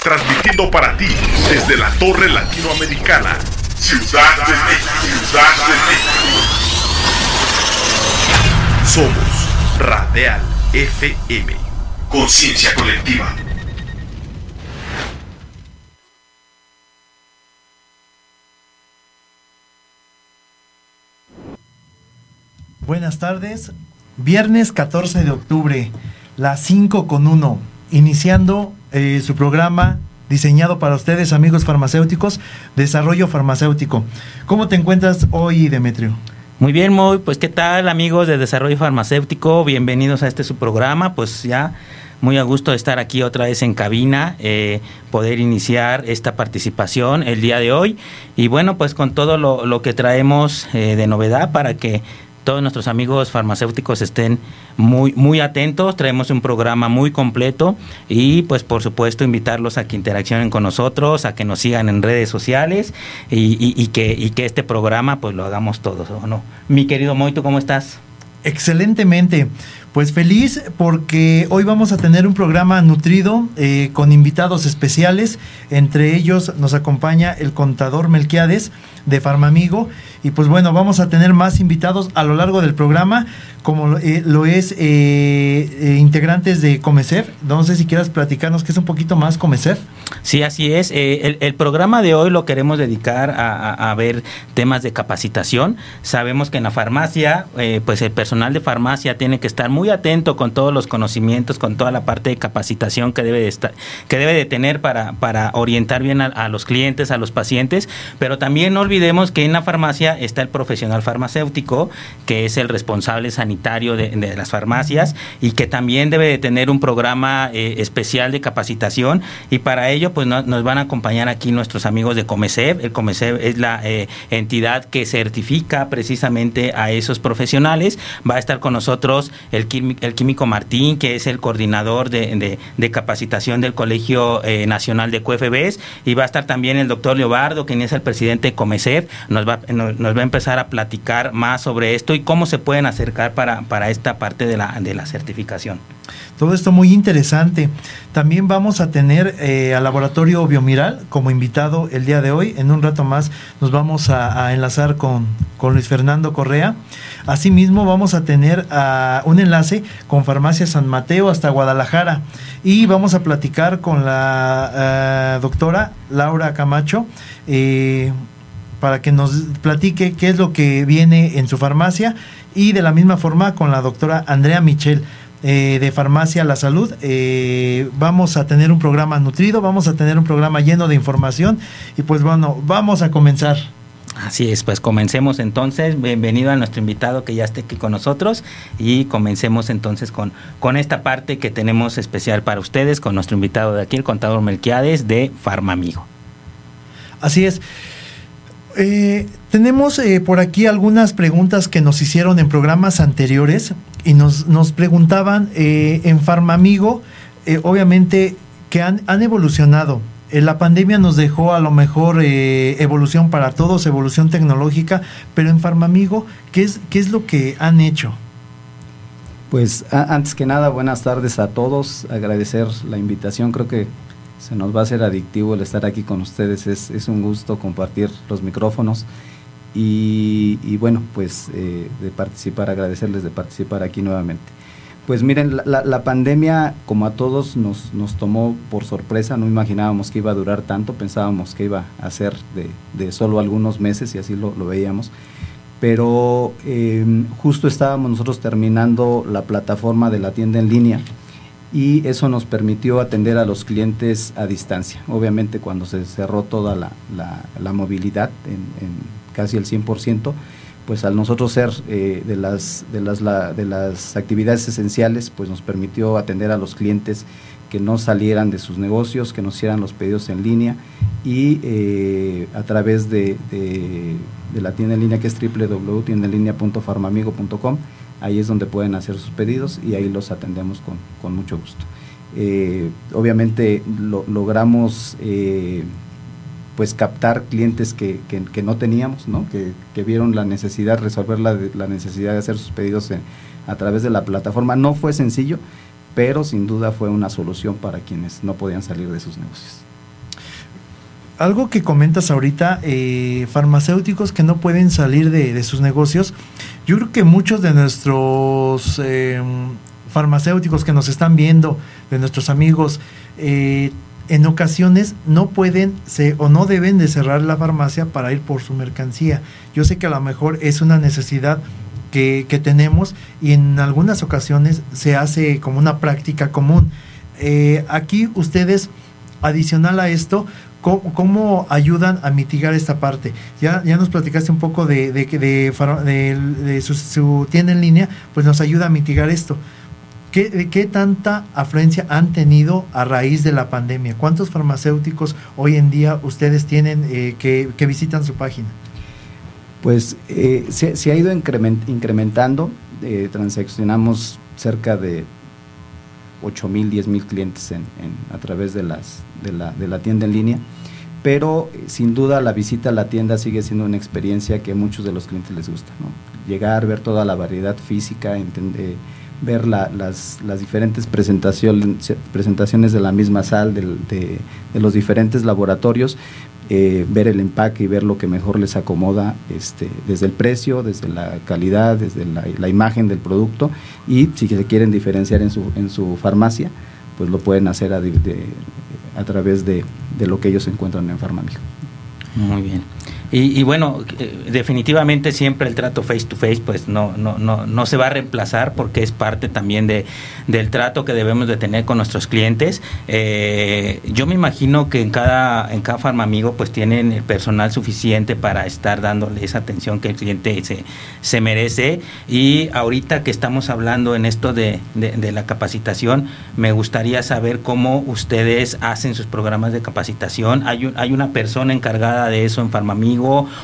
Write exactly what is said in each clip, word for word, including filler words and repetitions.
transmitiendo para ti desde la Torre Latinoamericana, Ciudad de México, Ciudad de México. Somos Radial F M, conciencia colectiva. Buenas tardes, viernes catorce de octubre, las cinco con uno, iniciando eh, su programa diseñado para ustedes, amigos farmacéuticos, Desarrollo Farmacéutico. ¿Cómo te encuentras hoy, Demetrio? Muy bien, muy, pues qué tal, amigos de Desarrollo Farmacéutico, bienvenidos a este su programa, pues ya muy a gusto de estar aquí otra vez en cabina, eh, poder iniciar esta participación el día de hoy, y bueno, pues con todo lo, lo que traemos eh, de novedad para que todos nuestros amigos farmacéuticos estén muy muy atentos. Traemos un programa muy completo y pues por supuesto invitarlos a que interaccionen con nosotros, a que nos sigan en redes sociales y, y, y, que, y que este programa pues lo hagamos todos, ¿o no? Mi querido Moito, ¿cómo estás? Excelentemente, pues feliz porque hoy vamos a tener un programa nutrido eh, con invitados especiales. Entre ellos nos acompaña el contador Melquiades de Farmamigo, y pues bueno, vamos a tener más invitados a lo largo del programa, como eh, lo es eh, eh, integrantes de Comecef. No sé si quieras platicarnos qué es un poquito más Comecef. Sí, así es. Eh, el, el programa de hoy lo queremos dedicar a, a, a ver temas de capacitación. Sabemos que en la farmacia, eh, pues el personal de farmacia tiene que estar muy atento con todos los conocimientos, con toda la parte de capacitación que debe de estar, que debe de tener para, para orientar bien a, a los clientes, a los pacientes, pero también no olvidemos que en la farmacia está el profesional farmacéutico, que es el responsable sanitario de, de las farmacias, y que también debe de tener un programa eh, especial de capacitación, y para ello pues no, nos van a acompañar aquí nuestros amigos de Comecef. El Comecef es la eh, entidad que certifica precisamente a esos profesionales. Va a estar con nosotros el, químico, el químico Martín, que es el coordinador de, de, de capacitación del Colegio eh, Nacional de Q F Bs, y va a estar también el doctor Leobardo, quien es el presidente de Comecef. Nos va, nos, nos va a empezar a platicar más sobre esto y cómo se pueden acercar para, para esta parte de la, de la certificación. Todo esto muy interesante. También vamos a tener eh, al Laboratorio Biomiral como invitado el día de hoy. En un rato más nos vamos a, a enlazar con, con Luis Fernando Correa. Asimismo vamos a tener uh, un enlace con Farmacia San Mateo hasta Guadalajara, y vamos a platicar con la uh, doctora Laura Camacho eh, para que nos platique qué es lo que viene en su farmacia, y de la misma forma con la doctora Andrea Michel Eh, de Farmacia La Salud. Eh, vamos a tener un programa nutrido, vamos a tener un programa lleno de información, y pues bueno, vamos a comenzar. Así es, pues comencemos entonces. Bienvenido a nuestro invitado que ya esté aquí con nosotros, y comencemos entonces con, con esta parte que tenemos especial para ustedes, con nuestro invitado de aquí, el contador Melquiades de Farmamigo. Así es. Eh, tenemos eh, por aquí algunas preguntas que nos hicieron en programas anteriores, y nos, nos preguntaban eh, en Farmamigo, eh, obviamente que han, han evolucionado. Eh, la pandemia nos dejó a lo mejor eh, evolución para todos, evolución tecnológica, pero en Farmamigo, ¿qué es, qué es lo que han hecho? Pues a, antes que nada, buenas tardes a todos, agradecer la invitación. Creo que se nos va a hacer adictivo el estar aquí con ustedes, es, es un gusto compartir los micrófonos y, y bueno, pues eh, de participar, agradecerles de participar aquí nuevamente. Pues miren, la, la, la pandemia, como a todos, nos, nos tomó por sorpresa. No imaginábamos que iba a durar tanto, pensábamos que iba a ser de, de solo algunos meses, y así lo, lo veíamos, pero eh, justo estábamos nosotros terminando la plataforma de la tienda en línea, y eso nos permitió atender a los clientes a distancia. Obviamente cuando se cerró toda la, la, la movilidad en, en casi el cien por ciento, pues al nosotros ser eh, de, las, de, las, la, de las actividades esenciales, pues nos permitió atender a los clientes que no salieran de sus negocios, que nos hicieran los pedidos en línea, y eh, a través de, de, de la tienda en línea, que es doble u doble u doble u punto tienda en línea punto farmamigo punto com. Ahí es donde pueden hacer sus pedidos, y ahí los atendemos con, con mucho gusto. Eh, obviamente lo, logramos eh, pues captar clientes que, que, que no teníamos, ¿no? Que, que vieron la necesidad, resolver la, la necesidad de hacer sus pedidos en, a través de la plataforma. No fue sencillo, pero sin duda fue una solución para quienes no podían salir de sus negocios. algo que comentas ahorita, eh, farmacéuticos que no pueden salir de, de sus negocios. Yo creo que muchos de nuestros eh, farmacéuticos que nos están viendo, de nuestros amigos, eh, en ocasiones no pueden se, o no deben de cerrar la farmacia para ir por su mercancía. Yo sé que a lo mejor es una necesidad que, que tenemos y en algunas ocasiones se hace como una práctica común. Eh, aquí ustedes, adicional a esto, ¿Cómo, ¿cómo ayudan a mitigar esta parte? Ya, ya nos platicaste un poco de, de, de, de, de, de su, su tienda en línea, pues nos ayuda a mitigar esto. ¿Qué, ¿Qué tanta afluencia han tenido a raíz de la pandemia? ¿Cuántos farmacéuticos hoy en día ustedes tienen eh, que, que visitan su página? Pues eh, se, se ha ido increment, incrementando, eh, transaccionamos cerca de ocho mil, diez mil clientes en, en, a través de, las, de, la, de la tienda en línea, pero eh, sin duda la visita a la tienda sigue siendo una experiencia que a muchos de los clientes les gusta, ¿no? Llegar, ver toda la variedad física, entender, ver la, las, las diferentes presentaciones, presentaciones de la misma sal, de, de, de los diferentes laboratorios, eh, ver el empaque y ver lo que mejor les acomoda, este, desde el precio, desde la calidad, desde la, la imagen del producto, y si se quieren diferenciar en su, en su farmacia, pues lo pueden hacer a, de, de, a través de, de lo que ellos encuentran en Farmamigo. Muy bien. Y, y bueno, definitivamente siempre el trato face to face pues no no no no se va a reemplazar, porque es parte también de del trato que debemos de tener con nuestros clientes. Eh, yo me imagino que en cada en cada Farmamigo pues tienen el personal suficiente para estar dándole esa atención que el cliente se, se merece. Y ahorita que estamos hablando en esto de, de, de la capacitación, me gustaría saber cómo ustedes hacen sus programas de capacitación. Hay un, hay una persona encargada de eso en Farmamigo,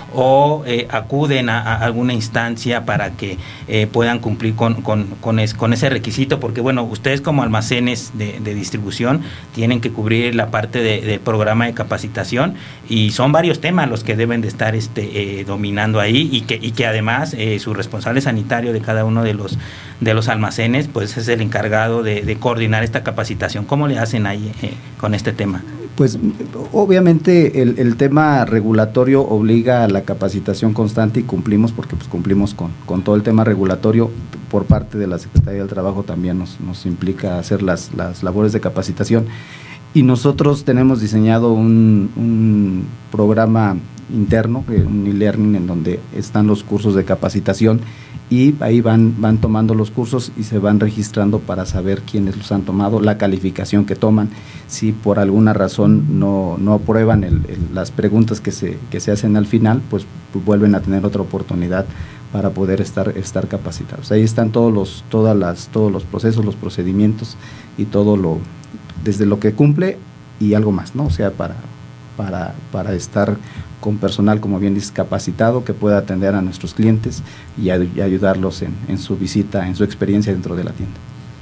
o eh, acuden a, a alguna instancia para que eh, puedan cumplir con, con, con, es, con ese requisito, porque bueno, ustedes como almacenes de, de distribución tienen que cubrir la parte de, de programa de capacitación, y son varios temas los que deben de estar este, eh, dominando ahí, y que, y que además eh, su responsable sanitario de cada uno de los, de los almacenes pues es el encargado de, de coordinar esta capacitación. ¿Cómo le hacen ahí eh, con este tema? Pues obviamente el, el tema regulatorio obliga a la capacitación constante, y cumplimos porque pues cumplimos con, con todo el tema regulatorio. Por parte de la Secretaría del Trabajo también nos, nos implica hacer las, las labores de capacitación, y nosotros tenemos diseñado un, un programa interno, un e-learning, en donde están los cursos de capacitación, y ahí van, van tomando los cursos y se van registrando para saber quiénes los han tomado, la calificación que toman. Si por alguna razón no, no aprueban el, el, las preguntas que se, que se hacen al final, pues, pues vuelven a tener otra oportunidad para poder estar, estar capacitados. Ahí están todos los, todas las, todos los procesos, los procedimientos y todo lo, desde lo que cumple y algo más, ¿no? O sea, para, para, para estar con personal, como bien dices, capacitado, que pueda atender a nuestros clientes y, a, y ayudarlos en, en su visita, en su experiencia dentro de la tienda.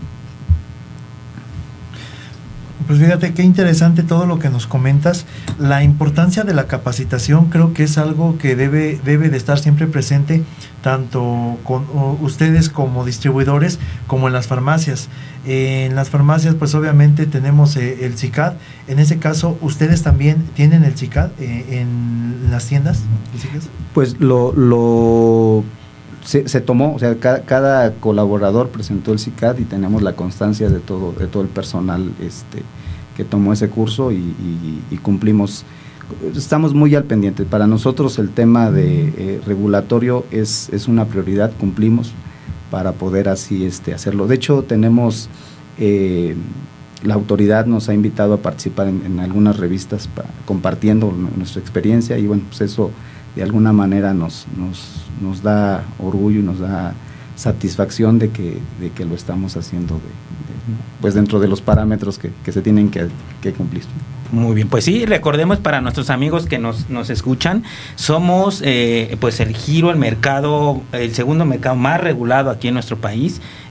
Pues fíjate qué interesante todo lo que nos comentas. La importancia de la capacitación creo que es algo que debe, debe de estar siempre presente, tanto con ustedes como distribuidores, como en las farmacias. Eh, en las farmacias pues obviamente tenemos eh, el SICAD. En ese caso, ¿ustedes también tienen el SICAD eh, en las tiendas? Pues lo... lo Se, se tomó, o sea, cada, cada colaborador presentó el SICAD y tenemos la constancia de todo, de todo el personal este, que tomó ese curso, y, y, y cumplimos. Estamos muy al pendiente. Para nosotros el tema de eh, regulatorio es, es una prioridad, cumplimos para poder así este, hacerlo. De hecho, tenemos, eh, la autoridad nos ha invitado a participar en, en algunas revistas pa, compartiendo nuestra experiencia, y bueno, pues eso de alguna manera nos, nos, nos da orgullo y nos da satisfacción de que, de que lo estamos haciendo de, de, pues dentro de los parámetros que, que se tienen que, que cumplir. Muy bien, pues sí, recordemos para nuestros amigos que nos, nos escuchan, somos eh, pues el giro, el mercado, el segundo mercado más regulado aquí en nuestro país.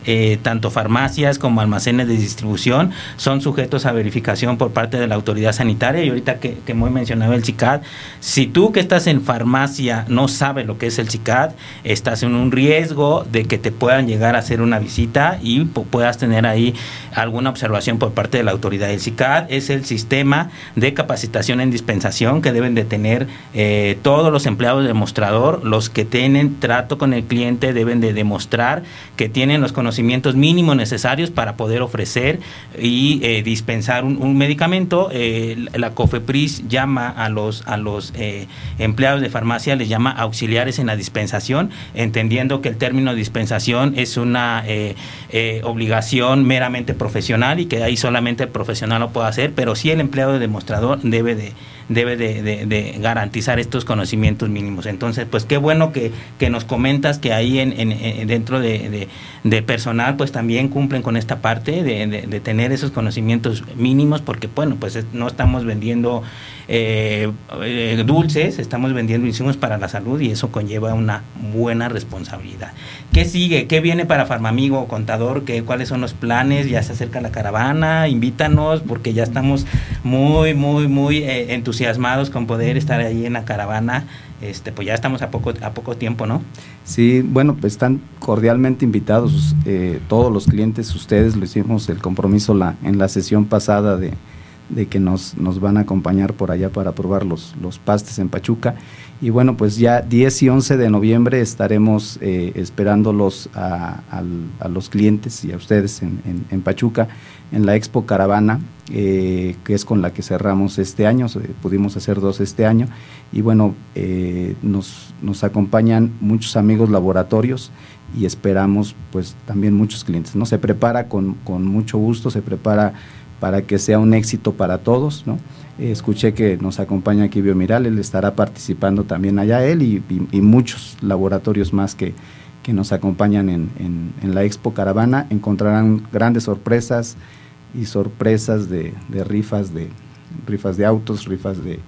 eh, tanto farmacias como almacenes de distribución son sujetos a verificación por parte de la autoridad sanitaria. Y ahorita que, que muy mencionaba el CICAD, si tú que estás en farmacia no sabes lo que es el CICAD, estás en un riesgo de que te puedan llegar a hacer una visita y p- puedas tener ahí alguna observación por parte de la autoridad. El CICAD es el sistema de capacitación en dispensación que deben de tener eh, todos los empleados de mostrador. Los que tienen trato con el cliente deben de demostrar que tienen los conocimientos mínimos necesarios para poder ofrecer y eh, dispensar un, un medicamento. Eh, la COFEPRIS llama a los a los eh, empleados de farmacia, les llama auxiliares en la dispensación, entendiendo que el término dispensación es una eh, eh, obligación meramente profesional y que ahí solamente el profesional lo puede hacer, pero sí el empleado de demostrador debe de debe de, de, de garantizar estos conocimientos mínimos. Entonces, pues qué bueno que, que nos comentas que ahí en, en, en dentro de, de, de personal pues también cumplen con esta parte de, de, de tener esos conocimientos mínimos, porque bueno, pues no estamos vendiendo eh, eh, dulces, estamos vendiendo insumos para la salud y eso conlleva una buena responsabilidad. ¿Qué sigue? ¿Qué viene para Farmamigo, contador? ¿Qué, ¿Cuáles son los planes? ¿Ya se acerca la caravana? Invítanos, porque ya estamos muy, muy, muy eh, entusiasmados con poder estar ahí en la caravana. Este, pues ya estamos a poco, a poco tiempo, ¿no? Sí, bueno, pues están cordialmente invitados eh, todos los clientes. Ustedes lo hicimos el compromiso la, en la sesión pasada de, de que nos, nos van a acompañar por allá para probar los, los pastes en Pachuca. Y bueno, pues ya diez y once de noviembre estaremos eh, esperándolos a, a, a los clientes y a ustedes en, en, en Pachuca, en la Expo Caravana, eh, que es con la que cerramos este año. Pudimos hacer dos este año. Y bueno, eh, nos, nos acompañan muchos amigos laboratorios y esperamos pues también muchos clientes, ¿no? Se prepara con, con mucho gusto, se prepara para que sea un éxito para todos, ¿no? Eh, escuché que nos acompaña aquí Biomiral, él estará participando también allá, él y, y, y muchos laboratorios más que, que nos acompañan en, en, en la Expo Caravana. Encontrarán grandes sorpresas y sorpresas de, de rifas de rifas de autos, rifas de,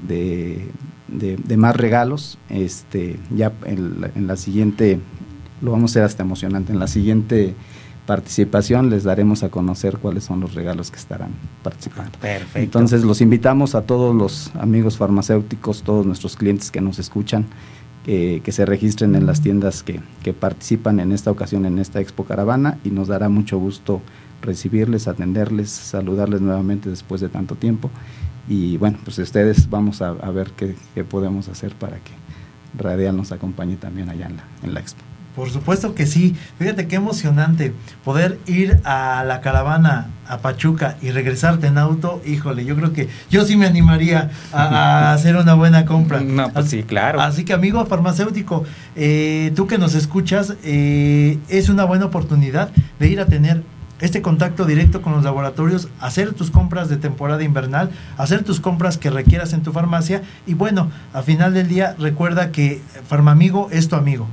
de, de, de más regalos. Este, ya en la, en la siguiente, lo vamos a hacer hasta emocionante, en la siguiente participación les daremos a conocer cuáles son los regalos que estarán participando. Perfecto. Entonces los invitamos a todos los amigos farmacéuticos, todos nuestros clientes que nos escuchan, eh, que se registren en las tiendas que, que participan en esta ocasión en esta Expo Caravana, y nos dará mucho gusto recibirles, atenderles, saludarles nuevamente después de tanto tiempo. Y bueno, pues ustedes vamos a, a ver qué, qué podemos hacer para que Radial nos acompañe también allá en la, en la Expo. Por supuesto que sí. Fíjate qué emocionante poder ir a la caravana a Pachuca y regresarte en auto. Híjole, yo creo que yo sí me animaría a, a hacer una buena compra. No, pues sí, claro. Así que, amigo farmacéutico, eh, tú que nos escuchas, eh, es una buena oportunidad de ir a tener este contacto directo con los laboratorios, hacer tus compras de temporada invernal, hacer tus compras que requieras en tu farmacia. Y bueno, al final del día, recuerda que Farmamigo es tu amigo.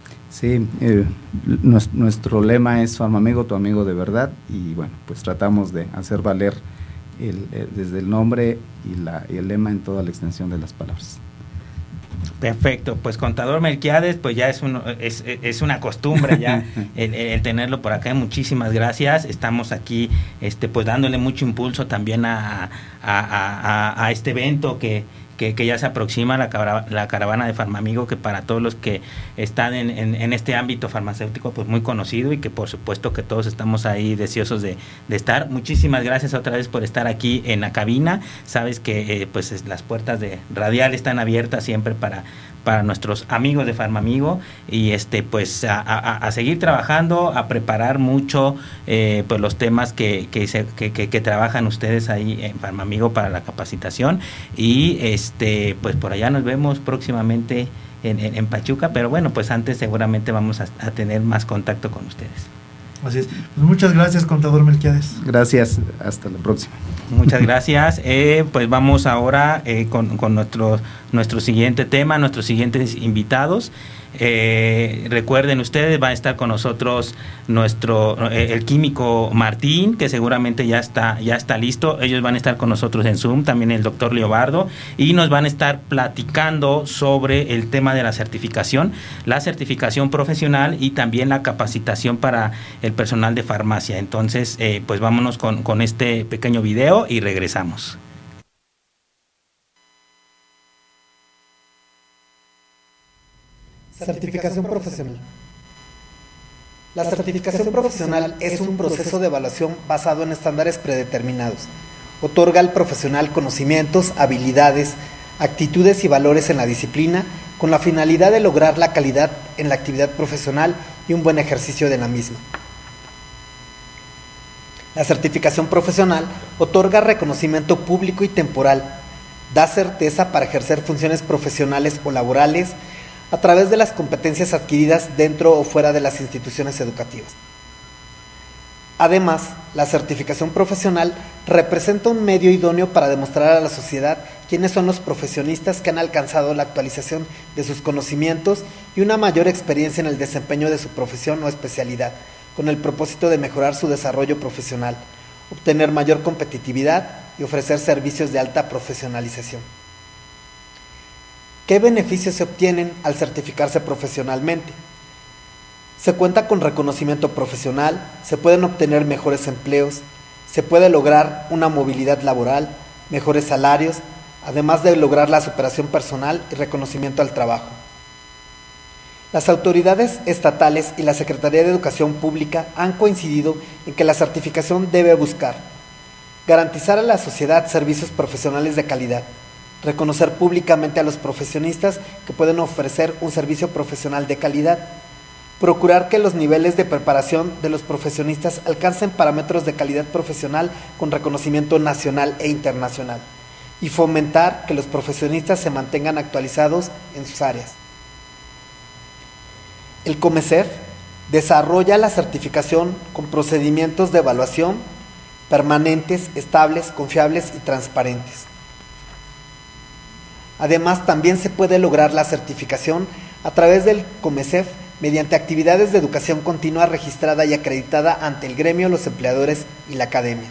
Sí, eh, nuestro, nuestro lema es Farmamigo, tu amigo de verdad, y bueno, pues tratamos de hacer valer el, el, desde el nombre y, la, y el lema en toda la extensión de las palabras. Perfecto, pues contador Melquiades, pues ya es, uno, es, es una costumbre ya el, el tenerlo por acá. Muchísimas gracias. Estamos aquí este pues dándole mucho impulso también a, a, a, a este evento que Que, que ya se aproxima, la, la caravana de Farmamigo, que para todos los que están en, en, en este ámbito farmacéutico, pues muy conocido, y que por supuesto que todos estamos ahí deseosos de, de estar. Muchísimas gracias otra vez por estar aquí en la cabina. Sabes que eh, pues las puertas de Radial están abiertas siempre para para nuestros amigos de Farmamigo, y este pues a, a, a seguir trabajando, a preparar mucho eh, pues los temas que que, se, que, que que trabajan ustedes ahí en Farmamigo para la capacitación. Y este pues por allá nos vemos próximamente en, en, en Pachuca, pero bueno, pues antes seguramente vamos a, a tener más contacto con ustedes. Así es. Pues muchas gracias, contador Melquiades. Gracias, hasta la próxima. Muchas gracias. Eh, pues vamos ahora eh, con, con nuestro, nuestro siguiente tema, nuestros siguientes invitados. Eh, recuerden ustedes, va a estar con nosotros nuestro eh, el químico Martín, que seguramente ya está, ya está listo. Ellos van a estar con nosotros en Zoom, también el doctor Leobardo, y nos van a estar platicando sobre el tema de la certificación, la certificación profesional y también la capacitación para el personal de farmacia. Entonces, eh, pues vámonos con, con este pequeño video y regresamos. Certificación profesional. La certificación profesional es un proceso de evaluación basado en estándares predeterminados. Otorga al profesional conocimientos, habilidades, actitudes y valores en la disciplina con la finalidad de lograr la calidad en la actividad profesional y un buen ejercicio de la misma. La certificación profesional otorga reconocimiento público y temporal, da certeza para ejercer funciones profesionales o laborales a través de las competencias adquiridas dentro o fuera de las instituciones educativas. Además, la certificación profesional representa un medio idóneo para demostrar a la sociedad quiénes son los profesionistas que han alcanzado la actualización de sus conocimientos y una mayor experiencia en el desempeño de su profesión o especialidad, con el propósito de mejorar su desarrollo profesional, obtener mayor competitividad y ofrecer servicios de alta profesionalización. ¿Qué beneficios se obtienen al certificarse profesionalmente? Se cuenta con reconocimiento profesional, se pueden obtener mejores empleos, se puede lograr una movilidad laboral, mejores salarios, además de lograr la superación personal y reconocimiento al trabajo. Las autoridades estatales y la Secretaría de Educación Pública han coincidido en que la certificación debe buscar garantizar a la sociedad servicios profesionales de calidad, reconocer públicamente a los profesionistas que pueden ofrecer un servicio profesional de calidad, procurar que los niveles de preparación de los profesionistas alcancen parámetros de calidad profesional con reconocimiento nacional e internacional, y fomentar que los profesionistas se mantengan actualizados en sus áreas. El COMECEF desarrolla la certificación con procedimientos de evaluación permanentes, estables, confiables y transparentes. Además, también se puede lograr la certificación a través del COMECEF mediante actividades de educación continua registrada y acreditada ante el gremio, los empleadores y la academia.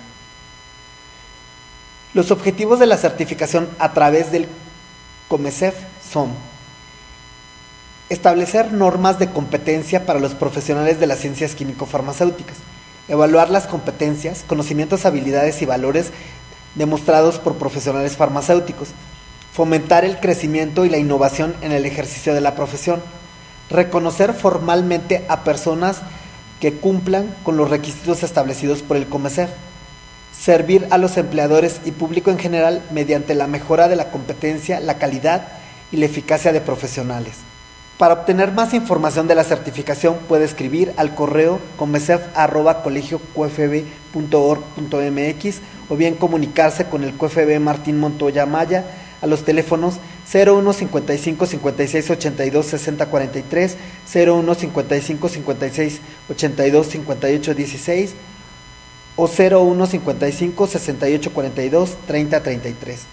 Los objetivos de la certificación a través del COMECEF son establecer normas de competencia para los profesionales de las ciencias químico-farmacéuticas, evaluar las competencias, conocimientos, habilidades y valores demostrados por profesionales farmacéuticos, fomentar el crecimiento y la innovación en el ejercicio de la profesión, reconocer formalmente a personas que cumplan con los requisitos establecidos por el COMECEF, servir a los empleadores y público en general mediante la mejora de la competencia, la calidad y la eficacia de profesionales. Para obtener más información de la certificación puede escribir al correo comecef arroba colegio q f b punto org punto m x o bien comunicarse con el Q F B Martín Montoya Maya a los teléfonos cero uno cincuenta y cinco cincuenta y seis ochenta y dos sesenta cuarenta y tres, cero uno cincuenta y cinco cincuenta y seis ochenta y dos cincuenta y ocho dieciséis o cero uno cincuenta y cinco sesenta y ocho cuarenta y dos treinta treinta y tres.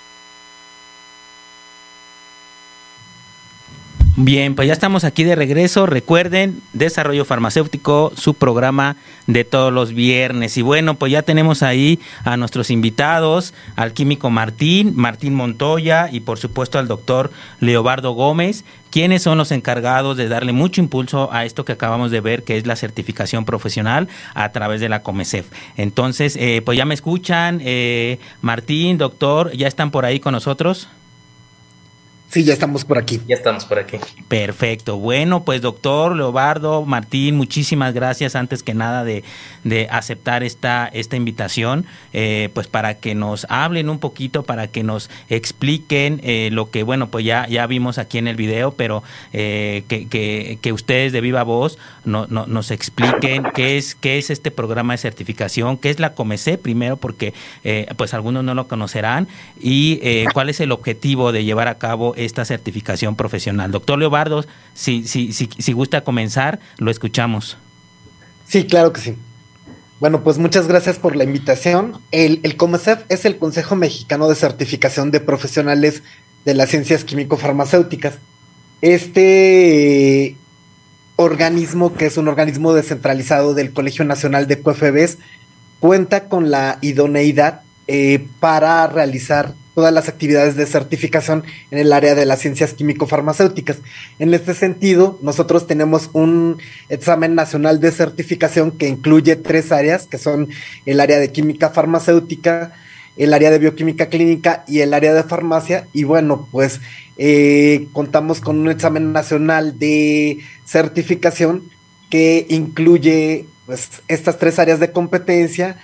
Bien, pues ya estamos aquí de regreso. Recuerden, Desarrollo Farmacéutico, su programa de todos los viernes. Y bueno, pues ya tenemos ahí a nuestros invitados, al químico Martín, Martín Montoya y por supuesto al doctor Leobardo Gómez, quienes son los encargados de darle mucho impulso a esto que acabamos de ver, que es la certificación profesional a través de la COMECEF. Entonces, eh, pues ya me escuchan, eh, Martín, doctor, ¿ya están por ahí con nosotros? Sí, ya estamos por aquí. Ya estamos por aquí. Perfecto. Bueno, pues doctor Leobardo, Martín, muchísimas gracias antes que nada de, de aceptar esta, esta invitación, eh, pues para que nos hablen un poquito, para que nos expliquen eh, lo que, bueno, pues ya, ya vimos aquí en el video, pero eh, que, que, que ustedes de viva voz no, no, nos expliquen qué es, qué es este programa de certificación, qué es la COMECEF primero, porque eh, pues algunos no lo conocerán, y eh, cuál es el objetivo de llevar a cabo esta certificación profesional. Doctor Leobardo, si, si, si, si gusta comenzar, lo escuchamos. Sí, claro que sí. Bueno, pues muchas gracias por la invitación. El, el COMECEF es el Consejo Mexicano de Certificación de Profesionales de las Ciencias Químico-Farmacéuticas. este organismo, que es un organismo descentralizado del Colegio Nacional de Q F Bs, cuenta con la idoneidad eh, para realizar todas las actividades de certificación en el área de las ciencias químico-farmacéuticas. En este sentido, nosotros tenemos un examen nacional de certificación que incluye tres áreas, que son el área de química farmacéutica, el área de bioquímica clínica y el área de farmacia. Y bueno, pues eh, contamos con un examen nacional de certificación que incluye pues estas tres áreas de competencia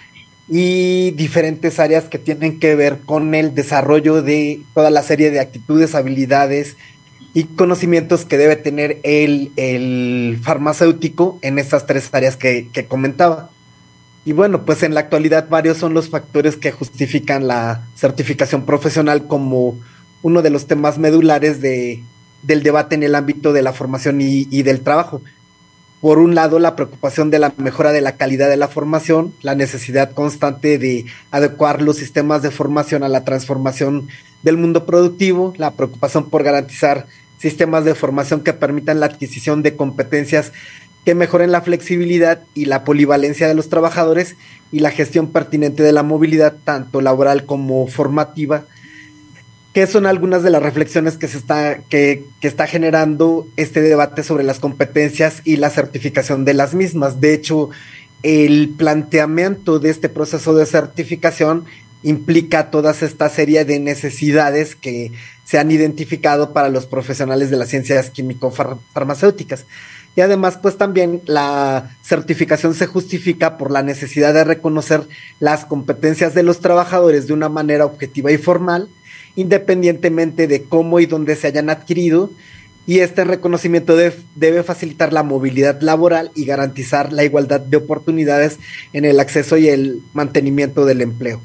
y diferentes áreas que tienen que ver con el desarrollo de toda la serie de actitudes, habilidades y conocimientos que debe tener el, el farmacéutico en estas tres áreas que, que comentaba. Y bueno, pues en la actualidad varios son los factores que justifican la certificación profesional como uno de los temas medulares de, del debate en el ámbito de la formación y, y del trabajo. Por un lado, la preocupación de la mejora de la calidad de la formación, la necesidad constante de adecuar los sistemas de formación a la transformación del mundo productivo, la preocupación por garantizar sistemas de formación que permitan la adquisición de competencias que mejoren la flexibilidad y la polivalencia de los trabajadores y la gestión pertinente de la movilidad, tanto laboral como formativa, que son algunas de las reflexiones que se está, que, que está generando este debate sobre las competencias y la certificación de las mismas. De hecho, el planteamiento de este proceso de certificación implica toda esta serie de necesidades que se han identificado para los profesionales de las ciencias químico-farmacéuticas. Y además, pues también la certificación se justifica por la necesidad de reconocer las competencias de los trabajadores de una manera objetiva y formal, independientemente de cómo y dónde se hayan adquirido, y este reconocimiento de, debe facilitar la movilidad laboral y garantizar la igualdad de oportunidades en el acceso y el mantenimiento del empleo.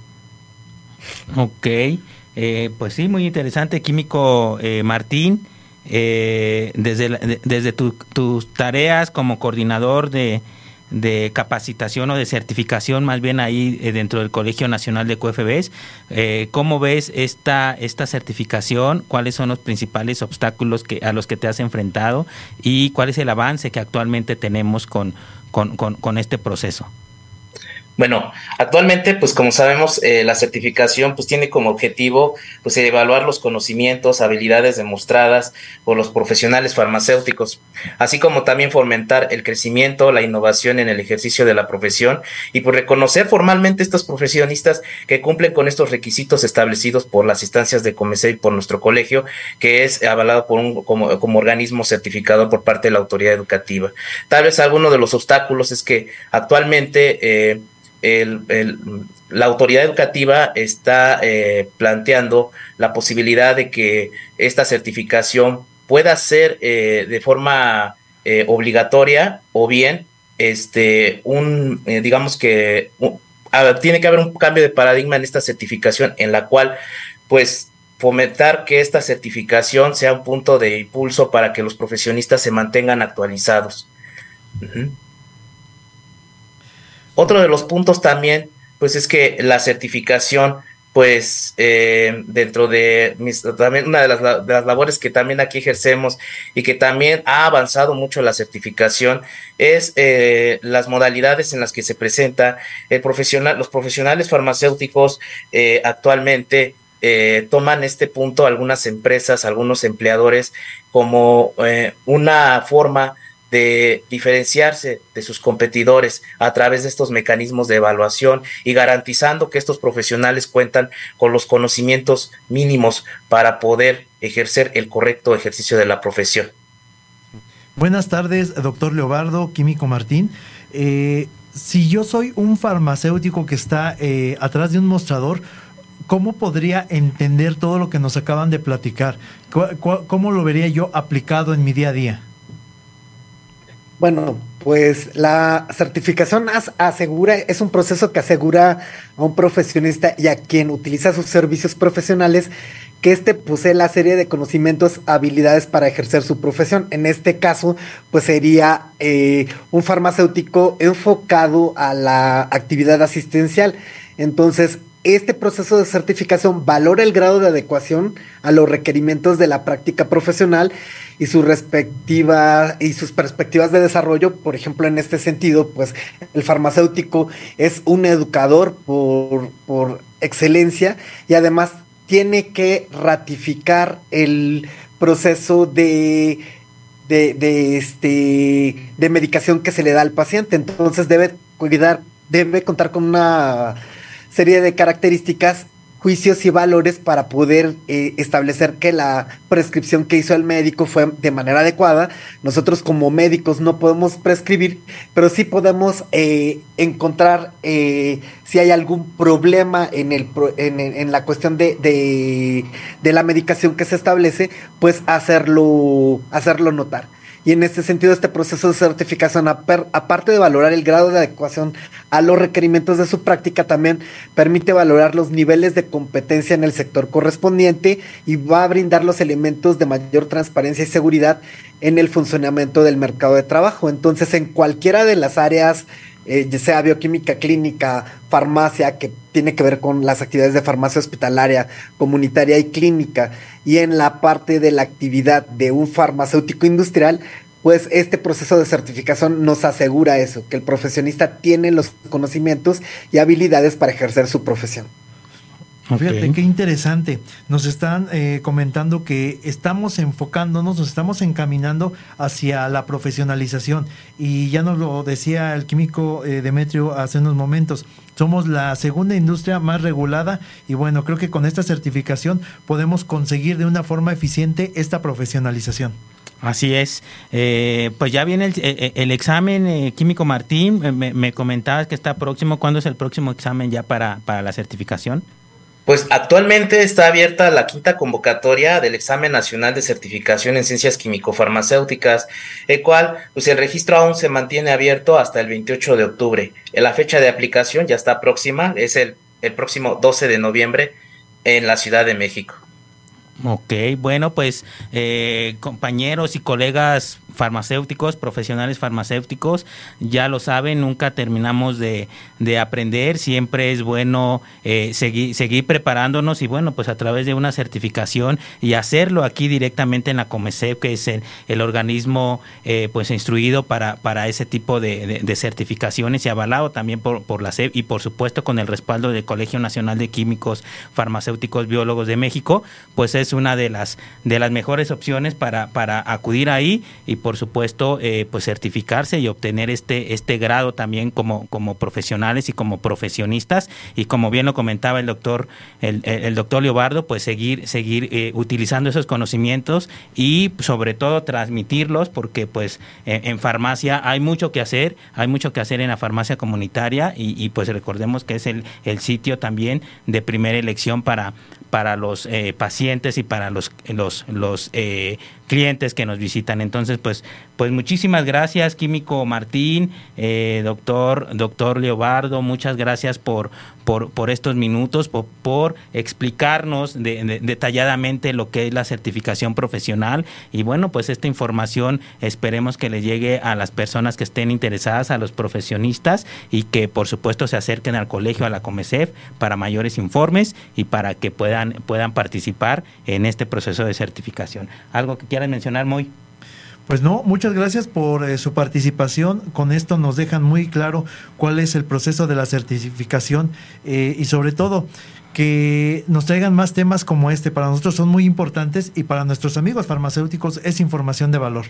Ok, eh, pues sí, muy interesante, Químico eh, Martín. Eh, desde la, de, desde tu, tus tareas como coordinador de, de capacitación o de certificación, más bien ahí eh, dentro del Colegio Nacional de Q F Bs, eh, ¿cómo ves esta, esta certificación? ¿Cuáles son los principales obstáculos que, a los que te has enfrentado? ¿Y cuál es el avance que actualmente tenemos con, con, con, con este proceso? Bueno, actualmente, pues como sabemos, eh, la certificación pues tiene como objetivo pues evaluar los conocimientos, habilidades demostradas por los profesionales farmacéuticos, así como también fomentar el crecimiento, la innovación en el ejercicio de la profesión y pues reconocer formalmente estos profesionistas que cumplen con estos requisitos establecidos por las instancias de COMECER y por nuestro colegio, que es avalado por un como, como organismo certificador por parte de la autoridad educativa. Tal vez alguno de los obstáculos es que actualmente eh, El, el, la autoridad educativa está eh, planteando la posibilidad de que esta certificación pueda ser eh, de forma eh, obligatoria o bien este un eh, digamos que un, a, tiene que haber un cambio de paradigma en esta certificación en la cual pues fomentar que esta certificación sea un punto de impulso para que los profesionistas se mantengan actualizados. Uh-huh. Otro de los puntos también, pues es que la certificación, pues eh, dentro de mis, también una de las, de las labores que también aquí ejercemos y que también ha avanzado mucho la certificación es eh, las modalidades en las que se presenta el profesional, los profesionales farmacéuticos eh, actualmente eh, toman este punto algunas empresas, algunos empleadores como eh, una forma de diferenciarse de sus competidores a través de estos mecanismos de evaluación y garantizando que estos profesionales cuentan con los conocimientos mínimos para poder ejercer el correcto ejercicio de la profesión. Buenas tardes, doctor Leobardo, Químico Martín. Eh, si yo soy un farmacéutico que está eh, atrás de un mostrador, ¿cómo podría entender todo lo que nos acaban de platicar? ¿Cómo lo vería yo aplicado en mi día a día? Bueno, pues la certificación asegura, es un proceso que asegura a un profesionista y a quien utiliza sus servicios profesionales que éste posee la serie de conocimientos, habilidades para ejercer su profesión. En este caso, pues sería eh, un farmacéutico enfocado a la actividad asistencial. Entonces, este proceso de certificación valora el grado de adecuación a los requerimientos de la práctica profesional y su respectiva y sus perspectivas de desarrollo. Por ejemplo, en este sentido, pues el farmacéutico es un educador por, por excelencia y además tiene que ratificar el proceso de, de, de, este, de medicación que se le da al paciente. Entonces debe cuidar, debe contar con una serie de características, juicios y valores para poder eh, establecer que la prescripción que hizo el médico fue de manera adecuada. Nosotros como médicos no podemos prescribir, pero sí podemos eh, encontrar eh, si hay algún problema en, el, en, en la cuestión de, de, de la medicación que se establece, pues hacerlo, hacerlo notar. Y en este sentido, este proceso de certificación, aparte de valorar el grado de adecuación a los requerimientos de su práctica, también permite valorar los niveles de competencia en el sector correspondiente y va a brindar los elementos de mayor transparencia y seguridad en el funcionamiento del mercado de trabajo. Entonces, en cualquiera de las áreas, eh, ya sea bioquímica clínica, farmacia, que tiene que ver con las actividades de farmacia hospitalaria, comunitaria y clínica, y en la parte de la actividad de un farmacéutico industrial, pues este proceso de certificación nos asegura eso, que el profesionista tiene los conocimientos y habilidades para ejercer su profesión. Okay. Fíjate qué interesante. Nos están eh, comentando que estamos enfocándonos, nos estamos encaminando hacia la profesionalización. Y ya nos lo decía el químico eh, Demetrio hace unos momentos. Somos la segunda industria más regulada y bueno, creo que con esta certificación podemos conseguir de una forma eficiente esta profesionalización. Así es. Eh, pues ya viene el, el, el examen, eh, químico Martín. Me, me comentabas que está próximo. ¿Cuándo es el próximo examen ya para, para la certificación? Pues actualmente está abierta la quinta convocatoria del Examen Nacional de Certificación en Ciencias Químico-Farmacéuticas, el cual, pues el registro aún se mantiene abierto hasta el veintiocho de octubre. La fecha de aplicación ya está próxima, es el, el próximo doce de noviembre en la Ciudad de México. Ok, bueno, pues eh, compañeros y colegas farmacéuticos, profesionales farmacéuticos, ya lo saben, nunca terminamos de, de aprender, siempre es bueno eh, seguir, seguir preparándonos y bueno, pues a través de una certificación y hacerlo aquí directamente en la COMECEF, que es el, el organismo eh, pues instruido para, para ese tipo de, de, de certificaciones y avalado también por, por la C E P y por supuesto con el respaldo del Colegio Nacional de Químicos, Farmacéuticos, Biólogos de México, pues es una de las, de las mejores opciones para, para acudir ahí y por supuesto, eh, pues certificarse y obtener este este grado también como como profesionales y como profesionistas y como bien lo comentaba el doctor el, el doctor Leobardo, pues seguir seguir eh, utilizando esos conocimientos y sobre todo transmitirlos porque pues en, en farmacia hay mucho que hacer, hay mucho que hacer en la farmacia comunitaria y, y pues recordemos que es el, el sitio también de primera elección para para los eh, pacientes y para los los los eh, clientes que nos visitan. Entonces, pues, pues muchísimas gracias, químico Martín, eh, doctor, doctor Leobardo, muchas gracias por, por, por estos minutos, por, por explicarnos de, de, detalladamente lo que es la certificación profesional y bueno, pues esta información esperemos que le llegue a las personas que estén interesadas, a los profesionistas y que por supuesto se acerquen al colegio, a la COMECEF para mayores informes y para que puedan, puedan participar en este proceso de certificación. ¿Algo que quieran mencionar, Moy? Pues no, muchas gracias por eh, su participación. Con esto nos dejan muy claro cuál es el proceso de la certificación eh, y sobre todo que nos traigan más temas como este. Para nosotros son muy importantes y para nuestros amigos farmacéuticos es información de valor.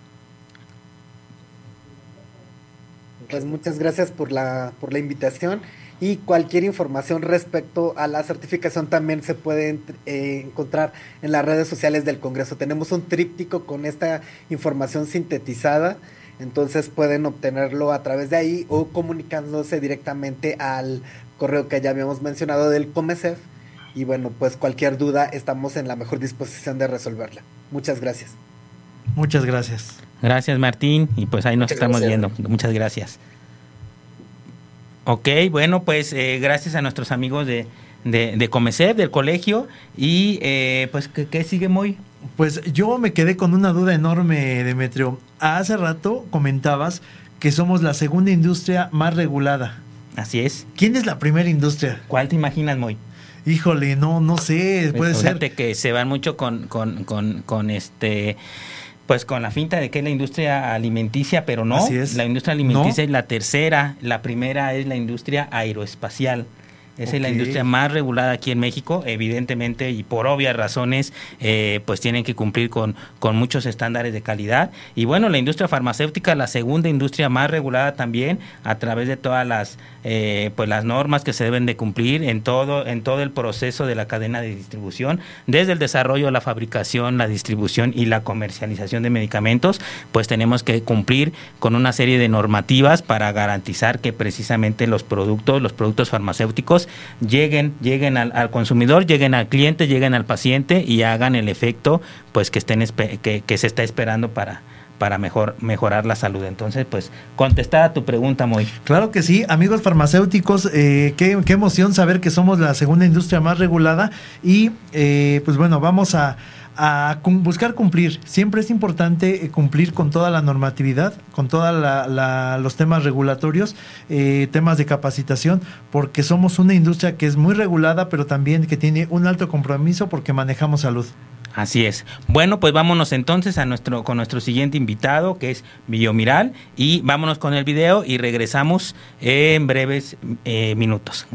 Pues muchas gracias por la, por la invitación. Y cualquier información respecto a la certificación también se puede eh, encontrar en las redes sociales del Congreso. Tenemos un tríptico con esta información sintetizada, entonces pueden obtenerlo a través de ahí o comunicándose directamente al correo que ya habíamos mencionado del COMECEF. Y bueno, pues cualquier duda estamos en la mejor disposición de resolverla. Muchas gracias. Muchas gracias. Gracias, Martín, y pues ahí nos Muchas estamos gracias. viendo. Muchas gracias. Ok, bueno, pues eh, gracias a nuestros amigos de, de, de COMECEF, del colegio, y eh, pues, ¿qué, qué sigue, Moy? Pues yo me quedé con una duda enorme, Demetrio. Hace rato comentabas que somos la segunda industria más regulada. Así es. ¿Quién es la primera industria? ¿Cuál te imaginas, Moy? Híjole, no, no sé, puede Pues, ser. fíjate que se van mucho con, con, con, con este... Pues con la finta de que es la industria alimenticia, pero no. Así es. La industria alimenticia No. es la tercera. La primera es la industria aeroespacial. Esa Ok. es la industria más regulada aquí en México, evidentemente, y por obvias razones, eh, pues tienen que cumplir con, con muchos estándares de calidad. Y bueno, la industria farmacéutica, la segunda industria más regulada también, a través de todas las eh, pues las normas que se deben de cumplir en todo, en todo el proceso de la cadena de distribución, desde el desarrollo, la fabricación, la distribución y la comercialización de medicamentos, pues tenemos que cumplir con una serie de normativas para garantizar que precisamente los productos, los productos farmacéuticos lleguen, lleguen al, al consumidor, lleguen al cliente, lleguen al paciente y hagan el efecto pues que estén que, que se está esperando para, para mejor, mejorar la salud. Entonces, pues, contestada tu pregunta, Moy. Claro que sí, amigos farmacéuticos, eh, qué, qué emoción saber que somos la segunda industria más regulada y eh, pues bueno, vamos a a cum- buscar cumplir. Siempre es importante eh, cumplir con toda la normatividad, con todos los temas regulatorios, eh, temas de capacitación, porque somos una industria que es muy regulada, pero también que tiene un alto compromiso porque manejamos salud. Así es. Bueno, pues vámonos entonces a nuestro con nuestro siguiente invitado, que es Biomiral, y vámonos con el video y regresamos en breves eh, minutos.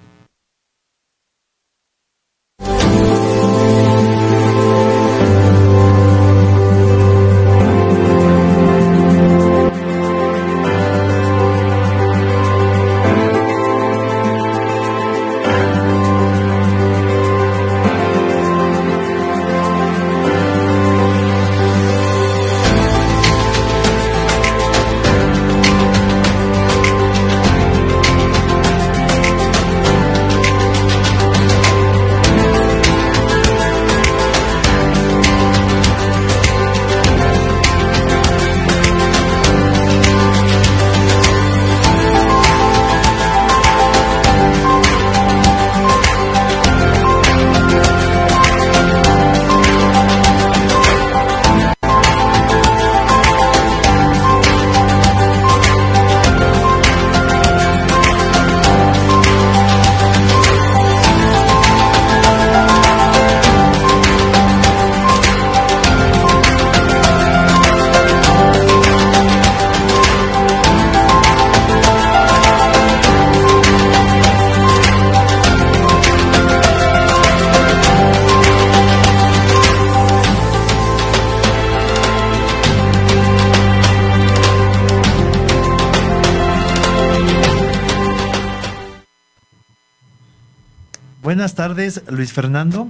Buenas tardes, Luis Fernando.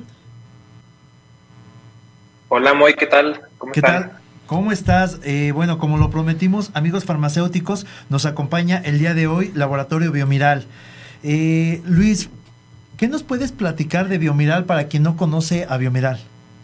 Hola, Moy, ¿qué tal? ¿Cómo ¿Qué están? tal? ¿Cómo estás? Eh, bueno, como lo prometimos, amigos farmacéuticos, nos acompaña el día de hoy Laboratorio Biomiral. Eh, Luis, ¿qué nos puedes platicar de Biomiral para quien no conoce a Biomiral?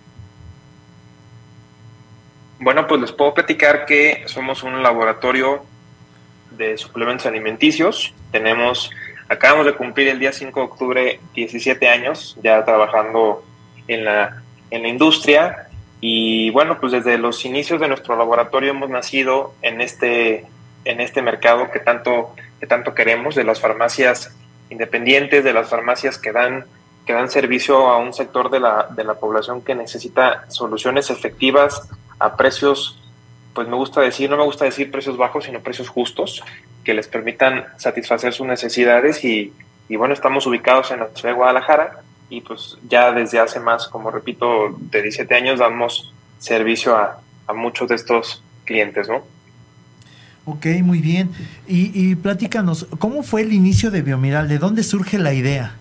Bueno, pues les puedo platicar que somos un laboratorio de suplementos alimenticios. Tenemos, acabamos de cumplir el día cinco de octubre diecisiete años ya trabajando en la, en la industria. Y bueno, pues desde los inicios de nuestro laboratorio hemos nacido en este, en este mercado que tanto, que tanto queremos, de las farmacias independientes, de las farmacias que dan, que dan servicio a un sector de la, de la población que necesita soluciones efectivas a precios, pues me gusta decir, no me gusta decir precios bajos, sino precios justos, que les permitan satisfacer sus necesidades. Y, y bueno, estamos ubicados en la ciudad de Guadalajara. Y pues ya desde hace más, como repito, de diecisiete años damos servicio a, a muchos de estos clientes, ¿no? Ok, muy bien. Y, y platícanos, ¿cómo fue el inicio de Biomiral? ¿De dónde surge la idea?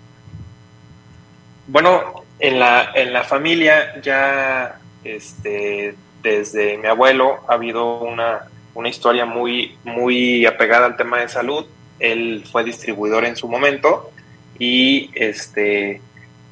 Bueno, en la, en la familia ya este, desde mi abuelo ha habido una, una historia muy, muy apegada al tema de salud. Él fue distribuidor en su momento y este...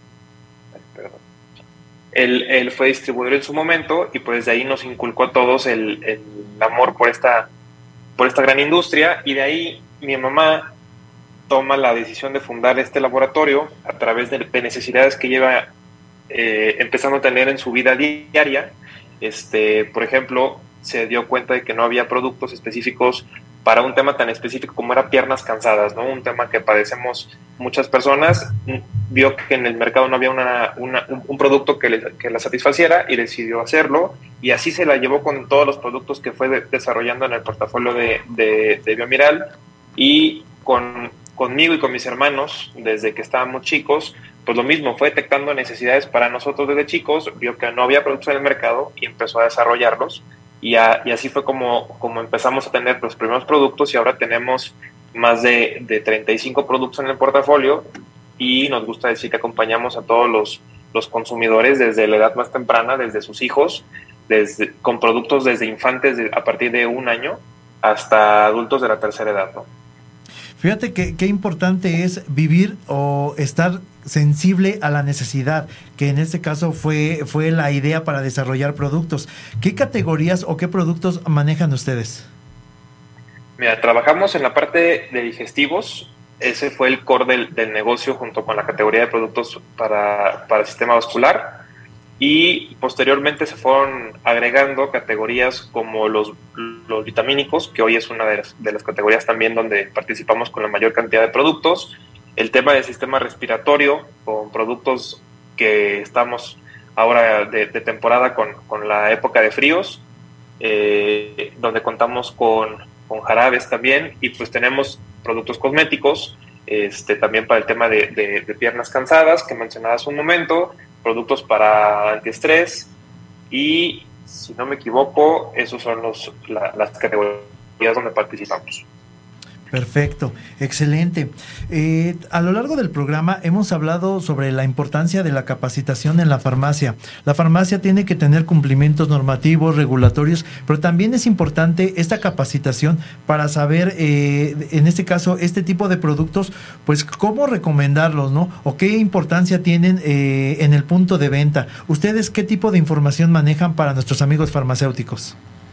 Él, él fue distribuidor en su momento y pues de ahí nos inculcó a todos el, el amor por esta, por esta gran industria. Y de ahí mi mamá toma la decisión de fundar este laboratorio a través de, de necesidades que lleva eh, empezando a tener en su vida diaria. Este, por ejemplo, se dio cuenta de que no había productos específicos para un tema tan específico como era piernas cansadas, ¿no? Un tema que padecemos muchas personas. Vio que en el mercado no había una, una, un, un producto que, le, que la satisfaciera y decidió hacerlo, y así se la llevó con todos los productos que fue de, desarrollando en el portafolio de, de, de Biomiral, y con, conmigo y con mis hermanos, desde que estábamos chicos, pues lo mismo, fue detectando necesidades para nosotros desde chicos, vio que no había productos en el mercado y empezó a desarrollarlos, y, a, y así fue como, como empezamos a tener los primeros productos, y ahora tenemos más de, de treinta y cinco productos en el portafolio, y nos gusta decir que acompañamos a todos los, los consumidores desde la edad más temprana, desde sus hijos, desde, con productos desde infantes de, a partir de un año hasta adultos de la tercera edad, ¿no? Fíjate que qué importante es vivir o estar sensible a la necesidad, que en este caso fue, fue la idea para desarrollar productos. ¿Qué categorías o qué productos manejan ustedes? Mira, trabajamos en la parte de digestivos. Ese fue el core del, del negocio, junto con la categoría de productos para, para el sistema vascular, y posteriormente se fueron agregando categorías como los, los vitamínicos, que hoy es una de las, de las categorías también donde participamos con la mayor cantidad de productos. El tema del sistema respiratorio, con productos que estamos ahora de, de temporada con, con la época de fríos, eh, donde contamos con, con jarabes también, y pues tenemos productos cosméticos, este, también para el tema de, de, de piernas cansadas, que mencionabas un momento, productos para antiestrés, y si no me equivoco, esos son los, la, las categorías donde participamos. Perfecto, excelente. Eh, a lo largo del programa hemos hablado sobre la importancia de la capacitación en la farmacia. La farmacia tiene que tener cumplimientos normativos, regulatorios, pero también es importante esta capacitación para saber, eh, en este caso, este tipo de productos, pues cómo recomendarlos, ¿no? O qué importancia tienen eh, en el punto de venta. ¿Ustedes qué tipo de información manejan para nuestros amigos farmacéuticos?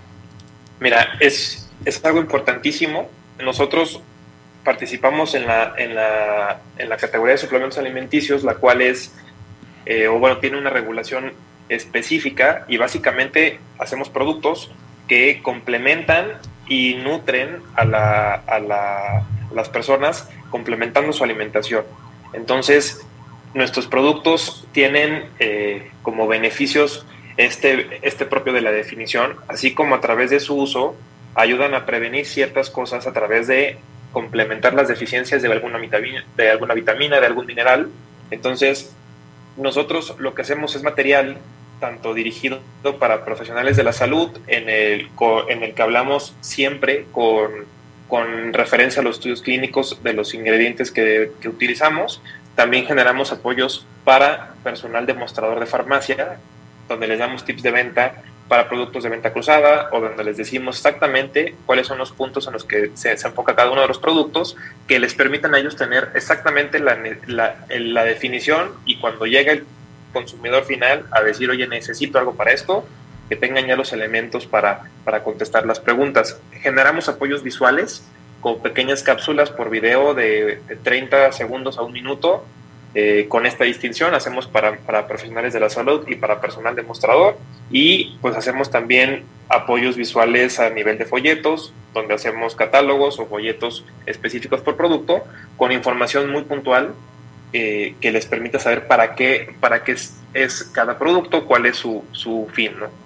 Mira, es, es algo importantísimo. Nosotros participamos en la, en la, en la categoría de suplementos alimenticios, la cual es, eh, o bueno, tiene una regulación específica, y básicamente hacemos productos que complementan y nutren a, la, a, la, a las personas, complementando su alimentación. Entonces, nuestros productos tienen eh, como beneficios este, este propio de la definición, así como a través de su uso ayudan a prevenir ciertas cosas a través de complementar las deficiencias de alguna vitamina, de alguna vitamina, de algún mineral. Entonces, nosotros lo que hacemos es material tanto dirigido para profesionales de la salud, en el, en el que hablamos siempre con, con referencia a los estudios clínicos de los ingredientes que, que utilizamos. También generamos apoyos para personal demostrador de farmacia, donde les damos tips de venta para productos de venta cruzada, o donde les decimos exactamente cuáles son los puntos en los que se, se enfoca cada uno de los productos, que les permitan a ellos tener exactamente la, la, la definición, y cuando llega el consumidor final a decir, oye, necesito algo para esto, que tengan ya los elementos para, para contestar las preguntas. Generamos apoyos visuales con pequeñas cápsulas por video de, de treinta segundos a un minuto. Eh, con esta distinción hacemos para, para profesionales de la salud y para personal demostrador, y pues hacemos también apoyos visuales a nivel de folletos, donde hacemos catálogos o folletos específicos por producto con información muy puntual eh, que les permita saber para qué, para qué es, es cada producto, cuál es su, su fin, ¿no?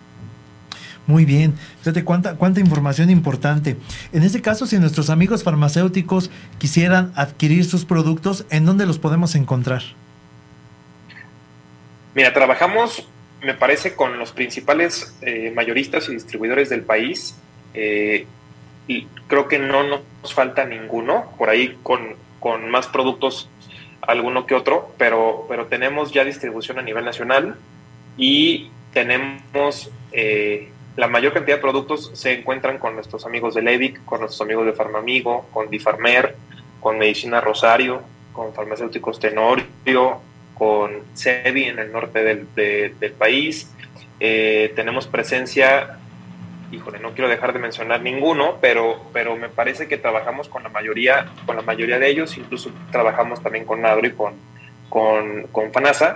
Muy bien, fíjate cuánta, cuánta información importante. En este caso, si nuestros amigos farmacéuticos quisieran adquirir sus productos, ¿en dónde los podemos encontrar? Mira, trabajamos, me parece, con los principales eh, mayoristas y distribuidores del país, eh, y creo que no nos falta ninguno, por ahí con, con más productos alguno que otro, pero, pero tenemos ya distribución a nivel nacional, y tenemos... Eh, la mayor cantidad de productos se encuentran con nuestros amigos de Levic, con nuestros amigos de Farmamigo, con Difarmer, con Medicina Rosario, con Farmacéuticos Tenorio, con Sebi en el norte del, de, del país. Eh, tenemos presencia, híjole, no quiero dejar de mencionar ninguno, pero, pero me parece que trabajamos con la mayoría, con la mayoría de ellos, incluso trabajamos también con Nadro y con, con, con FANASA.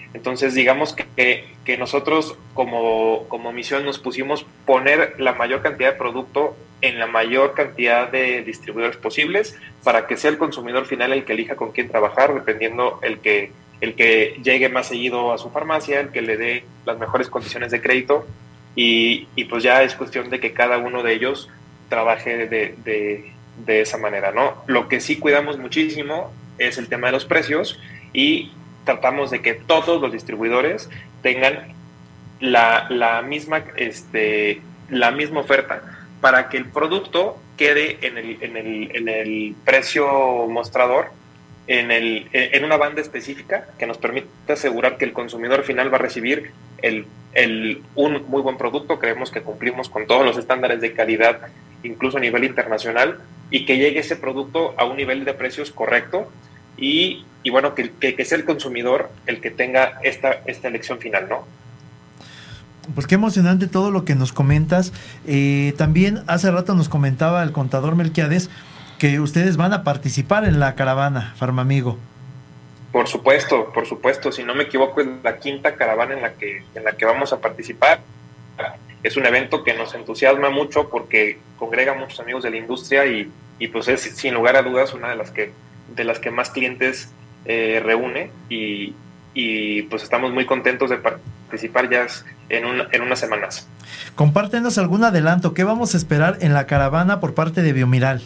Entonces, digamos que, que nosotros como, como misión nos pusimos poner la mayor cantidad de producto en la mayor cantidad de distribuidores posibles para que sea el consumidor final el que elija con quién trabajar, dependiendo el que, el que llegue más seguido a su farmacia, el que le dé las mejores condiciones de crédito, y, y pues ya es cuestión de que cada uno de ellos trabaje de, de, de esa manera, ¿no? Lo que sí cuidamos muchísimo es el tema de los precios, y tratamos de que todos los distribuidores tengan la, la misma este, la misma oferta para que el producto quede en el, en el, en el precio mostrador, en, el, en una banda específica que nos permita asegurar que el consumidor final va a recibir el, el, un muy buen producto. Creemos que cumplimos con todos los estándares de calidad, incluso a nivel internacional, y que llegue ese producto a un nivel de precios correcto, y, y bueno, que, que, que sea el consumidor el que tenga esta, esta elección final, ¿no? Pues qué emocionante todo lo que nos comentas. Eh, también hace rato nos comentaba el contador Melquiades que ustedes van a participar en la caravana Farmamigo. Por supuesto, por supuesto. Si no me equivoco, es la quinta caravana en la que, en la que vamos a participar. Es un evento que nos entusiasma mucho porque congrega a muchos amigos de la industria, y, y pues es sin lugar a dudas una de las que de las que más clientes eh, reúne, y, y pues estamos muy contentos de participar ya en, un, en unas semanas. Compártenos algún adelanto, ¿qué vamos a esperar en la caravana por parte de Biomiral?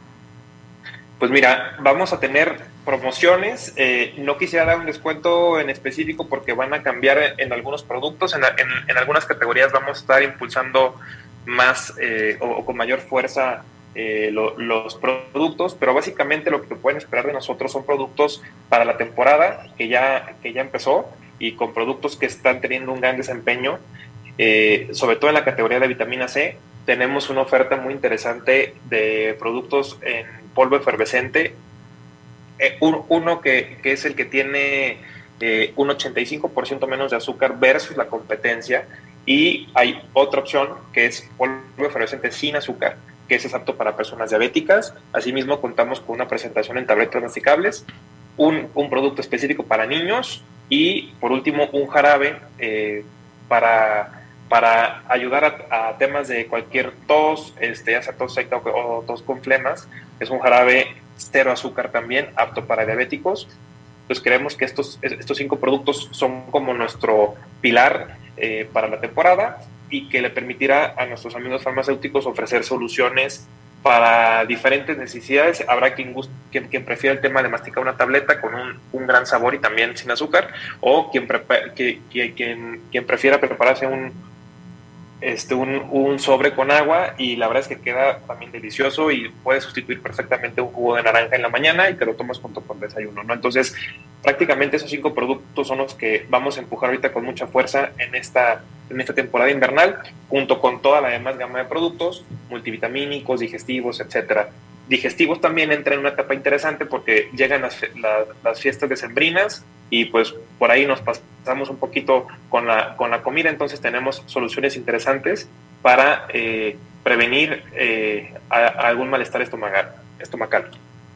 Pues mira, vamos a tener promociones, eh, no quisiera dar un descuento en específico porque van a cambiar en algunos productos, en, en, en algunas categorías vamos a estar impulsando más eh, o, o con mayor fuerza Eh, lo, los productos, pero básicamente lo que pueden esperar de nosotros son productos para la temporada que ya, que ya empezó, y con productos que están teniendo un gran desempeño, eh, sobre todo en la categoría de vitamina C. Tenemos una oferta muy interesante de productos en polvo efervescente, eh, un, uno que, que es el que tiene eh, un ochenta y cinco por ciento menos de azúcar versus la competencia, y hay otra opción que es polvo efervescente sin azúcar, que es apto para personas diabéticas. Asimismo, contamos con una presentación en tabletas masticables, un, un producto específico para niños, y por último un jarabe eh, para, para ayudar a, a temas de cualquier tos, este, ya sea tos seca o, o tos con flemas. Es un jarabe cero azúcar también, apto para diabéticos. Pues creemos que estos, estos cinco productos son como nuestro pilar eh, para la temporada, y que le permitirá a nuestros amigos farmacéuticos ofrecer soluciones para diferentes necesidades. Habrá quien, quien, quien prefiera el tema de masticar una tableta con un, un gran sabor y también sin azúcar, o quien, prepa- que, que, quien, quien prefiera prepararse un, este, un, un sobre con agua, y la verdad es que queda también delicioso, y puede sustituir perfectamente un jugo de naranja en la mañana y te lo tomas junto con desayuno, ¿no? Entonces, prácticamente esos cinco productos son los que vamos a empujar ahorita con mucha fuerza en esta, en esta temporada invernal, junto con toda la demás gama de productos multivitamínicos, digestivos, etcétera. Digestivos también entra en una etapa interesante porque llegan las, las, las fiestas decembrinas, y pues por ahí nos pasamos un poquito con la, con la comida. Entonces tenemos soluciones interesantes para eh, prevenir eh, a, a algún malestar estomacal. estomacal.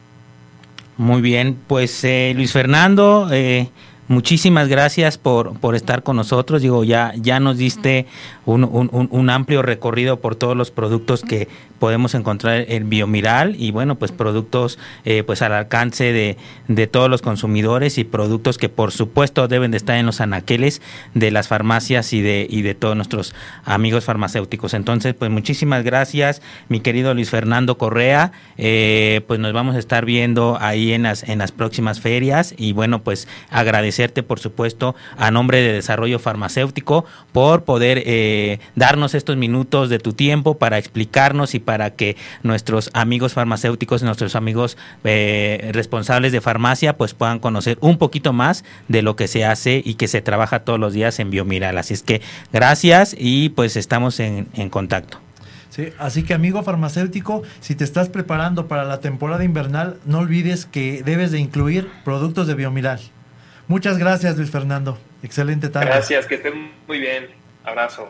Muy bien, pues eh, Luis Fernando, eh, muchísimas gracias por, por estar con nosotros. Digo, ya, ya nos diste un, un, un amplio recorrido por todos los productos que podemos encontrar en Biomiral, y bueno, pues productos eh, pues al alcance de, de todos los consumidores, y productos que por supuesto deben de estar en los anaqueles de las farmacias y de, y de todos nuestros amigos farmacéuticos. Entonces, pues muchísimas gracias, mi querido Luis Fernando Correa. Eh, pues nos vamos a estar viendo ahí en las, en las próximas ferias, y bueno, pues agradecerte por supuesto a nombre de Desarrollo Farmacéutico por poder eh, darnos estos minutos de tu tiempo para explicarnos y para que nuestros amigos farmacéuticos, nuestros amigos eh, responsables de farmacia, pues puedan conocer un poquito más de lo que se hace y que se trabaja todos los días en Biomiral. Así es que gracias, y pues estamos en, en contacto. Sí, así que amigo farmacéutico, si te estás preparando para la temporada invernal, no olvides que debes de incluir productos de Biomiral. Muchas gracias, Luis Fernando. Excelente tarde. Gracias, que estén muy bien. Abrazo.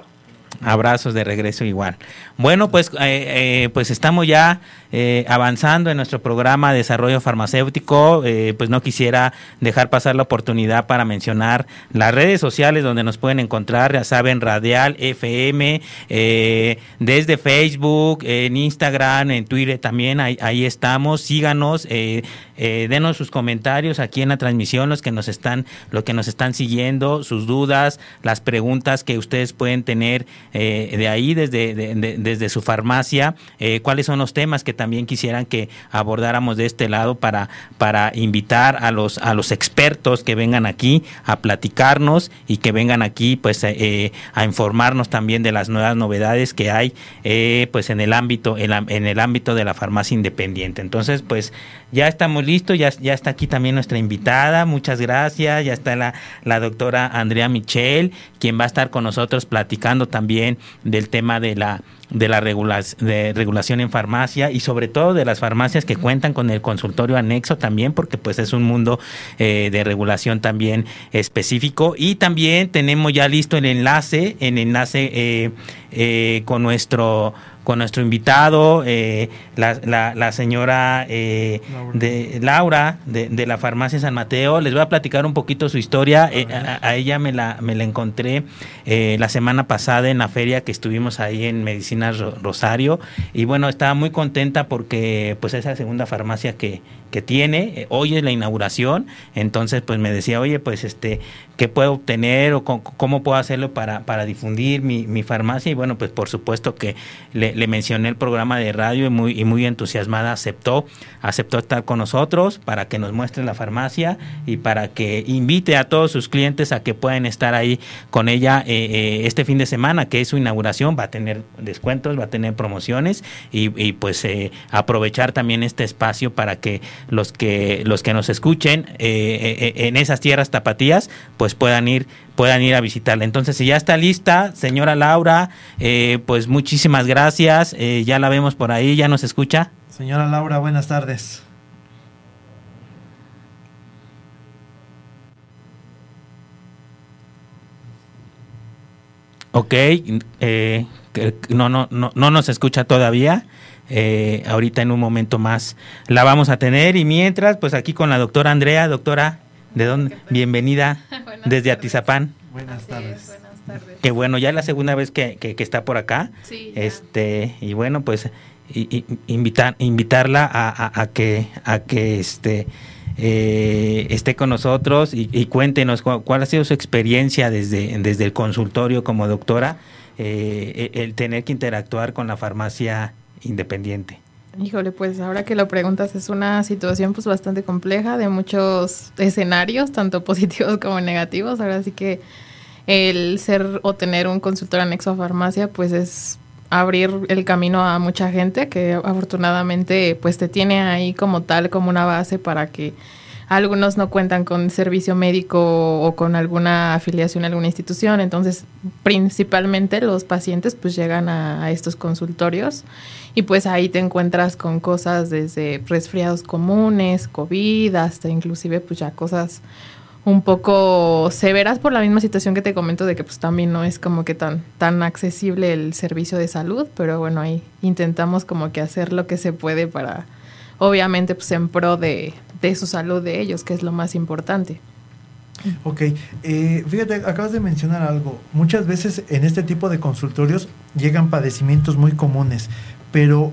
Abrazos de regreso igual. Bueno, pues, eh, eh, pues estamos ya eh, avanzando en nuestro programa de desarrollo farmacéutico. Eh, pues no quisiera dejar pasar la oportunidad para mencionar las redes sociales donde nos pueden encontrar. Ya saben, Radial F M, eh, desde Facebook, en Instagram, en Twitter también, ahí, ahí estamos. Síganos, eh, eh, denos sus comentarios aquí en la transmisión, los que nos están, los que nos están siguiendo, sus dudas, las preguntas que ustedes pueden tener eh, de ahí desde, de, de, desde su farmacia, eh, cuáles son los temas que también quisieran que abordáramos de este lado para, para invitar a los, a los expertos que vengan aquí a platicarnos y que vengan aquí pues eh, a informarnos también de las nuevas novedades que hay eh, pues en el ámbito, en, la, en el ámbito de la farmacia independiente. Entonces pues ya estamos listos, ya, ya está aquí también nuestra invitada, muchas gracias, ya está la, la doctora Andrea Michel, quien va a estar con nosotros platicando también del tema de la de la regula de regulación en farmacia y sobre todo de las farmacias que cuentan con el consultorio anexo también, porque pues es un mundo eh, de regulación también específico. Y también tenemos ya listo el enlace, el enlace eh, eh, con nuestro con nuestro invitado, eh, la, la, la señora eh, Laura, de, Laura de, de la farmacia San Mateo. Les voy a platicar un poquito su historia. Eh, a, a ella me la, me la encontré eh, la semana pasada en la feria que estuvimos ahí en Medicinas Rosario. Y bueno, estaba muy contenta porque pues es la segunda farmacia que, que tiene. Hoy es la inauguración. Entonces pues me decía, oye, pues este, ¿qué puedo obtener o cómo, cómo puedo hacerlo para, para difundir mi, mi farmacia? Y bueno, pues por supuesto que le le mencioné el programa de radio y muy, y muy entusiasmada aceptó, aceptó estar con nosotros para que nos muestre la farmacia y para que invite a todos sus clientes a que puedan estar ahí con ella eh, eh, este fin de semana, que es su inauguración. Va a tener descuentos, va a tener promociones y, y pues eh, aprovechar también este espacio para que los que los que nos escuchen eh, eh, en esas tierras tapatías pues puedan ir puedan ir a visitarla. Entonces, si ya está lista, señora Laura, eh, pues muchísimas gracias, eh, ya la vemos por ahí, ya nos escucha. Señora Laura, buenas tardes. Ok, eh, no, no, no, no nos escucha todavía. Eh, ahorita en un momento más la vamos a tener y mientras, pues aquí con la doctora Andrea. Doctora, ¿de dónde? Bienvenida desde Atizapán. Buenas tardes. Es, buenas tardes. Que bueno, ya es la segunda vez que, que, que está por acá. Sí, ya. Este, y bueno, pues y, y, invitar, invitarla a, a, a que, a que este eh, esté con nosotros y, y cuéntenos cuál, cuál ha sido su experiencia desde, desde el consultorio como doctora, eh, el tener que interactuar con la farmacia independiente. Híjole, pues ahora que lo preguntas, es una situación pues bastante compleja de muchos escenarios, tanto positivos como negativos. Ahora sí que el ser o tener un consultor anexo a farmacia pues es abrir el camino a mucha gente que afortunadamente pues te tiene ahí como tal, como una base para que algunos no cuentan con servicio médico o con alguna afiliación a alguna institución. Entonces, principalmente los pacientes pues llegan a, a estos consultorios y pues ahí te encuentras con cosas desde resfriados comunes, COVID, hasta inclusive pues ya cosas un poco severas por la misma situación que te comento de que pues también no es como que tan, tan accesible el servicio de salud, pero bueno, ahí intentamos como que hacer lo que se puede para, obviamente pues en pro de, de su salud de ellos, que es lo más importante. Ok, eh, fíjate, acabas de mencionar algo. Muchas veces en este tipo de consultorios llegan padecimientos muy comunes, pero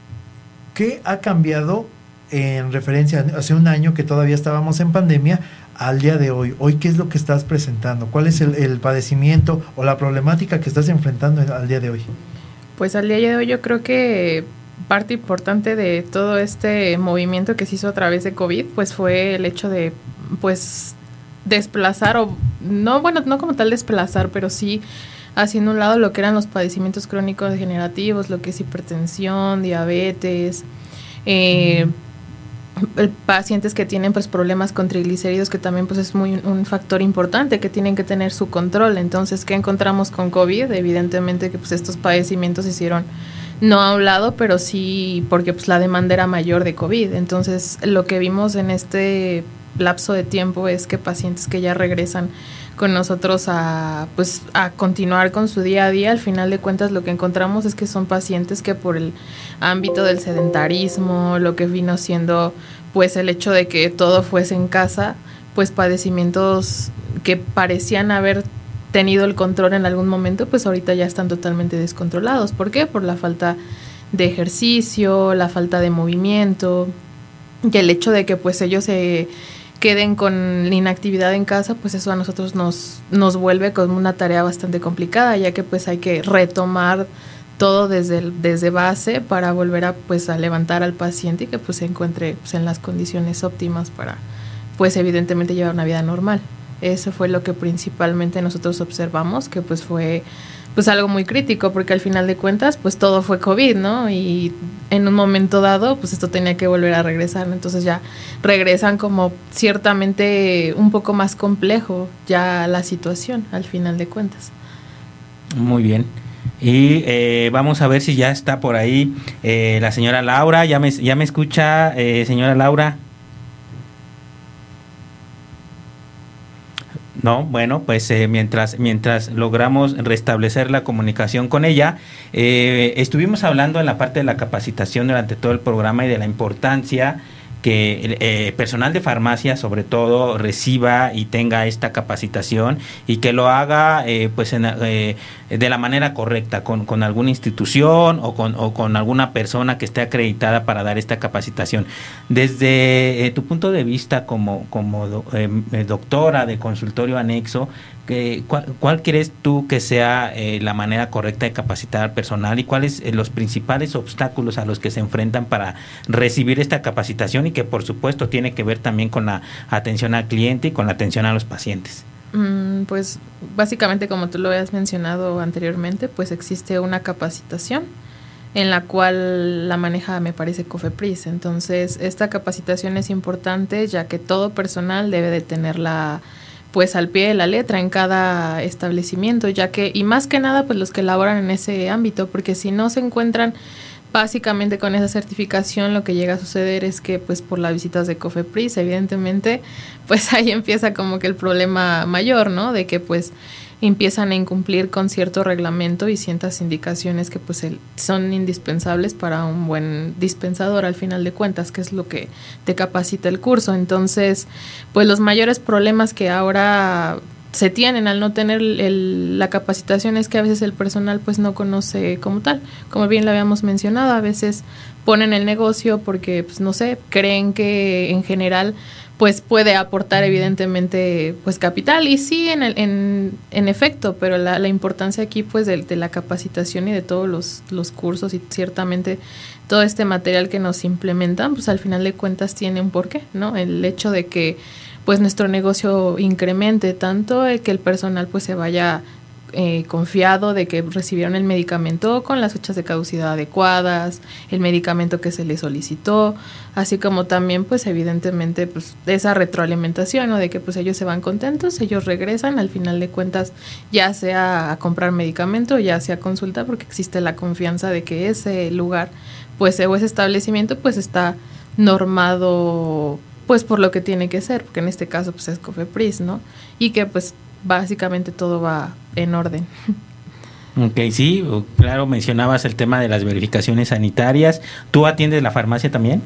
¿qué ha cambiado en referencia a hace un año que todavía estábamos en pandemia al día de hoy? Hoy, ¿qué es lo que estás presentando? ¿Cuál es el, el padecimiento o la problemática que estás enfrentando al día de hoy? Pues al día de hoy yo creo que parte importante de todo este movimiento que se hizo a través de COVID, pues fue el hecho de, pues, desplazar o, no, bueno, no como tal desplazar, pero sí haciendo un lado lo que eran los padecimientos crónicos degenerativos, lo que es hipertensión, diabetes, eh, uh-huh. pacientes que tienen pues problemas con triglicéridos, que también pues es muy un factor importante que tienen que tener su control. Entonces, ¿qué encontramos con COVID? Evidentemente que pues estos padecimientos se hicieron no a un lado, pero sí porque pues la demanda era mayor de COVID. Entonces, lo que vimos en este lapso de tiempo es que pacientes que ya regresan con nosotros a pues a continuar con su día a día. Al final de cuentas lo que encontramos es que son pacientes que por el ámbito del sedentarismo, lo que vino siendo pues el hecho de que todo fuese en casa, pues padecimientos que parecían haber tenido el control en algún momento, pues ahorita ya están totalmente descontrolados. ¿Por qué? Por la falta de ejercicio, la falta de movimiento, y el hecho de que pues ellos se queden con la inactividad en casa, pues eso a nosotros nos, nos vuelve como una tarea bastante complicada, ya que pues hay que retomar todo desde, el, desde base para volver a pues a levantar al paciente y que pues se encuentre pues, en las condiciones óptimas para pues evidentemente llevar una vida normal. Eso fue lo que principalmente nosotros observamos, que pues fue pues algo muy crítico, porque al final de cuentas pues todo fue COVID, ¿no? Y en un momento dado pues esto tenía que volver a regresar, entonces ya regresan como ciertamente un poco más complejo ya la situación al final de cuentas. Muy bien. Y eh, vamos a ver si ya está por ahí eh, la señora Laura. ¿Ya me, ya me escucha, eh, señora Laura? No, bueno, pues eh, mientras mientras logramos restablecer la comunicación con ella, eh, estuvimos hablando en la parte de la capacitación durante todo el programa y de la importancia que eh, personal de farmacia sobre todo reciba y tenga esta capacitación y que lo haga eh, pues en, eh, de la manera correcta con, con alguna institución o con, o con alguna persona que esté acreditada para dar esta capacitación. Desde eh, tu punto de vista como, como do, eh, doctora de consultorio anexo, que, ¿cuál, ¿cuál crees tú que sea eh, la manera correcta de capacitar al personal y cuáles eh, los principales obstáculos a los que se enfrentan para recibir esta capacitación y que por supuesto tiene que ver también con la atención al cliente y con la atención a los pacientes? Mm, pues básicamente como tú lo habías mencionado anteriormente, pues existe una capacitación en la cual la maneja, me parece, COFEPRIS. Entonces esta capacitación es importante ya que todo personal debe de tenerla pues al pie de la letra en cada establecimiento, ya que, y más que nada pues los que laboran en ese ámbito, porque si no se encuentran básicamente con esa certificación, lo que llega a suceder es que pues por las visitas de COFEPRIS, evidentemente, pues ahí empieza como que el problema mayor, ¿no? De que pues empiezan a incumplir con cierto reglamento y ciertas indicaciones que pues el, son indispensables para un buen dispensador al final de cuentas, que es lo que te capacita el curso. Entonces, pues los mayores problemas que ahora se tienen al no tener el, la capacitación es que a veces el personal pues no conoce como tal, como bien lo habíamos mencionado, a veces ponen el negocio porque pues no sé, creen que en general pues puede aportar evidentemente pues capital, y sí en el, en, en efecto, pero la, la importancia aquí pues de, de la capacitación y de todos los, los cursos y ciertamente todo este material que nos implementan pues al final de cuentas tiene un porqué, ¿no? El hecho de que pues nuestro negocio incremente tanto, eh, que el personal pues se vaya eh, confiado de que recibieron el medicamento con las fechas de caducidad adecuadas, el medicamento que se les solicitó, así como también pues evidentemente pues esa retroalimentación, ¿no? De que pues ellos se van contentos, ellos regresan al final de cuentas ya sea a comprar medicamento, ya sea a consulta, porque existe la confianza de que ese lugar pues o ese establecimiento pues está normado pues por lo que tiene que ser, porque en este caso pues es COFEPRIS, ¿no? Y que pues básicamente todo va en orden. Ok, sí, claro, mencionabas el tema de las verificaciones sanitarias. ¿Tú atiendes la farmacia también?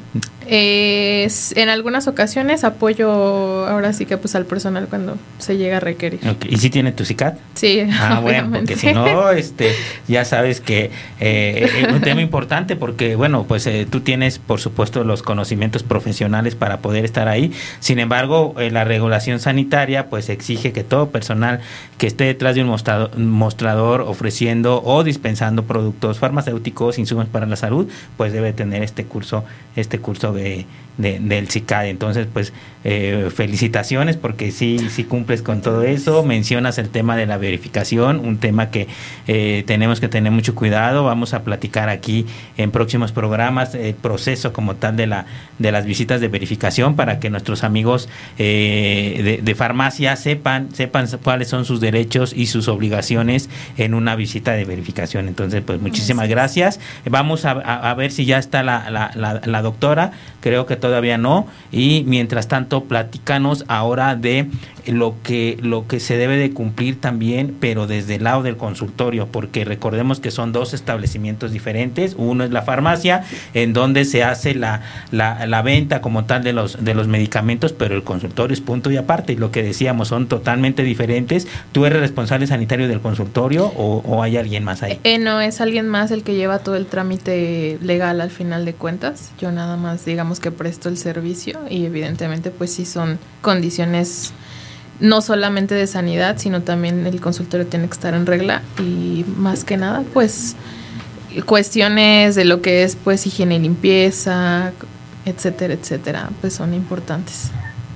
Eh, en algunas ocasiones apoyo ahora sí que pues al personal cuando se llega a requerir. Okay. ¿Y si tiene tu C I C A T? Sí, ah, bueno, porque si no, este, ya sabes que eh, es un tema importante porque, bueno, pues eh, tú tienes, por supuesto, los conocimientos profesionales para poder estar ahí. Sin embargo, eh, la regulación sanitaria, pues exige que todo personal que esté detrás de un mostrador, mostrador ofreciendo o dispensando productos farmacéuticos, insumos para la salud, pues debe tener este curso, este curso de, de del C I C A D. Entonces, pues eh, felicitaciones porque sí, sí cumples con todo eso. Mencionas el tema de la verificación, un tema que eh, tenemos que tener mucho cuidado. Vamos a platicar aquí en próximos programas el proceso como tal de la de las visitas de verificación para que nuestros amigos eh, de, de farmacia sepan sepan cuáles son sus derechos y sus obligaciones en una visita de verificación. Entonces, pues muchísimas gracias. Vamos a, a, a ver si ya está la, la, la, la doctora creo que todavía no. Y mientras tanto, platícanos ahora de lo que lo que se debe de cumplir también, pero desde el lado del consultorio, porque recordemos que son dos establecimientos diferentes. Uno es la farmacia, en donde se hace la, la, la venta como tal de los de los medicamentos, pero el consultorio es punto y aparte, y lo que decíamos, son totalmente diferentes. ¿Tú eres responsable sanitario del consultorio o, o hay alguien más ahí? Eh, no, es alguien más el que lleva todo el trámite legal al final de cuentas. Yo nada más, digamos que presto el servicio, y evidentemente pues sí son condiciones no solamente de sanidad, sino también el consultorio tiene que estar en regla, y más que nada pues cuestiones de lo que es pues higiene y limpieza, etcétera, etcétera, pues son importantes.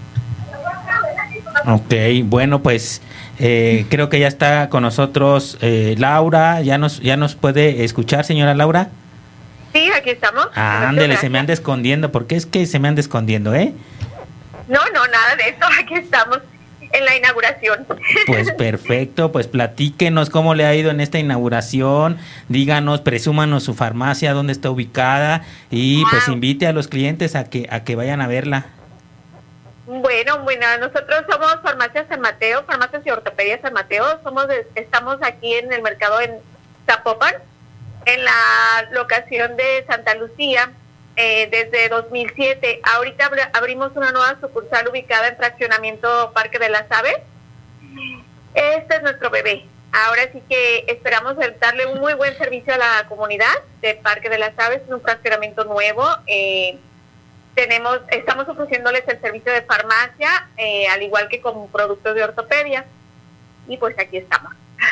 Ok, bueno, pues eh, creo que ya está con nosotros eh, Laura. ¿Ya nos, ya nos puede escuchar, señora Laura? Sí, aquí estamos. Ah, ándele, se me anda escondiendo. ¿Por qué es que se me anda escondiendo, eh? No, no, nada de eso. Aquí estamos en la inauguración. Pues perfecto, pues platíquenos cómo le ha ido en esta inauguración. Díganos, presúmanos su farmacia, dónde está ubicada, y wow, pues invite a los clientes a que a que vayan a verla. Bueno, bueno, nosotros somos Farmacia San Mateo, Farmacias y Ortopedia San Mateo. Somos de, estamos aquí en el mercado en Zapopan, en la locación de Santa Lucía, eh, desde dos mil siete. Ahorita abr- abrimos una nueva sucursal ubicada en Fraccionamiento Parque de las Aves. Este es nuestro bebé. Ahora sí que esperamos darle un muy buen servicio a la comunidad del Parque de las Aves, un fraccionamiento nuevo. Eh, Tenemos, estamos ofreciéndoles el servicio de farmacia, eh, al igual que con productos de ortopedia. Y pues aquí estamos.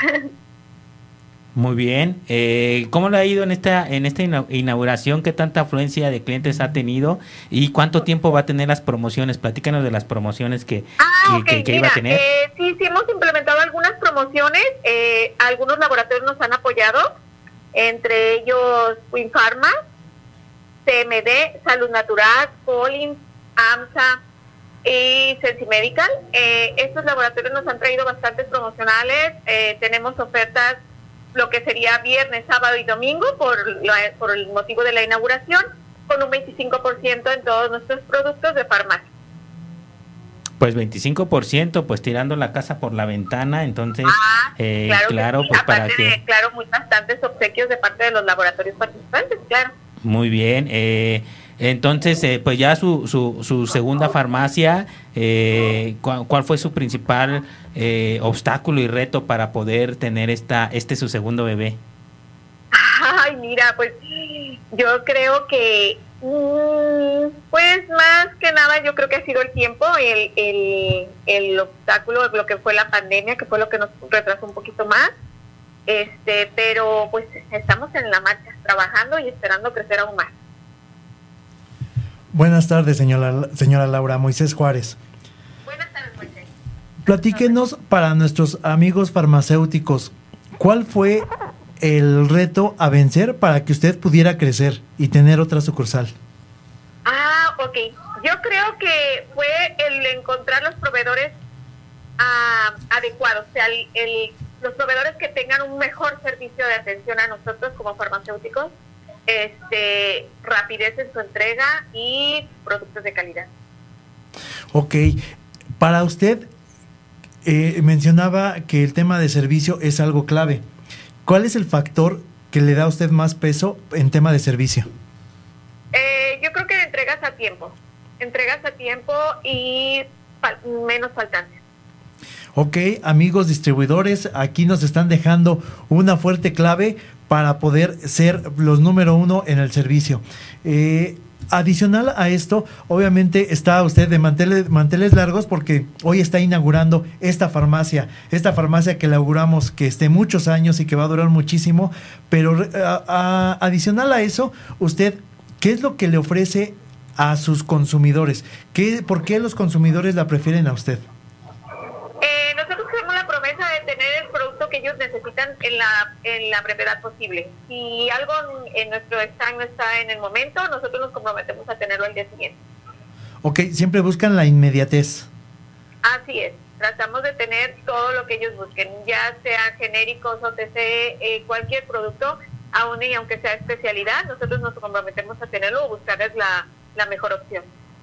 Muy bien. Eh, ¿Cómo le ha ido en esta en esta inauguración? ¿Qué tanta afluencia de clientes ha tenido? ¿Y cuánto tiempo va a tener las promociones? Platícanos de las promociones que, ah, que, okay, que, que mira, iba a tener. Eh, sí, sí hemos implementado algunas promociones. Eh, algunos laboratorios nos han apoyado, entre ellos Winfarma, C M D, Salud Natural, Collins, AMSA y Sensi Medical. Eh, estos laboratorios nos han traído bastantes promocionales. Eh, tenemos ofertas lo que sería viernes, sábado y domingo por, la, por el motivo de la inauguración, con un veinticinco por ciento en todos nuestros productos de farmacia. Pues veinticinco por ciento, pues tirando la casa por la ventana, entonces, ah, eh, claro, claro, sí, pues para de, que... Claro, muy bastantes obsequios de parte de los laboratorios participantes, claro. Muy bien, eh, entonces, eh, pues ya su, su, su segunda farmacia, eh, ¿cuál, ¿cuál fue su principal eh, obstáculo y reto para poder tener esta este su segundo bebé? Ay, mira, pues yo creo que, mmm, pues más que nada yo creo que ha sido el tiempo, el, el, el obstáculo, lo que fue la pandemia, que fue lo que nos retrasó un poquito más. Este, pero pues estamos en la marcha, trabajando y esperando crecer aún más. Buenas tardes, señora, señora Laura. Moisés Juárez. Buenas tardes, Moisés. Platíquenos, para nuestros amigos farmacéuticos, ¿cuál fue el reto a vencer para que usted pudiera crecer y tener otra sucursal? Ah, ok. Yo creo que fue el encontrar los proveedores ah, adecuados, o sea, el, el los proveedores que tengan un mejor servicio de atención a nosotros como farmacéuticos, este, rapidez en su entrega y productos de calidad. Ok, para usted eh, mencionaba que el tema de servicio es algo clave. ¿Cuál es el factor que le da a usted más peso en tema de servicio? Eh, yo creo que entregas a tiempo, entregas a tiempo y fal- menos faltantes. Ok, amigos distribuidores, aquí nos están dejando una fuerte clave para poder ser los número uno en el servicio. Eh, adicional a esto, obviamente está usted de manteles, manteles largos porque hoy está inaugurando esta farmacia, esta farmacia que la auguramos que esté muchos años y que va a durar muchísimo, pero a, a, adicional a eso, usted, ¿qué es lo que le ofrece a sus consumidores? ¿Qué, ¿Por qué los consumidores la prefieren a usted? Eh, nosotros tenemos la promesa de tener el producto que ellos necesitan en la en la brevedad posible. Si algo en nuestro stand no está en el momento, nosotros nos comprometemos a tenerlo al día siguiente. Ok, siempre buscan la inmediatez. Así es, tratamos de tener todo lo que ellos busquen, ya sea genéricos, O T C, eh, cualquier producto, aún y aunque sea especialidad, nosotros nos comprometemos a tenerlo o buscarles la, la mejor opción.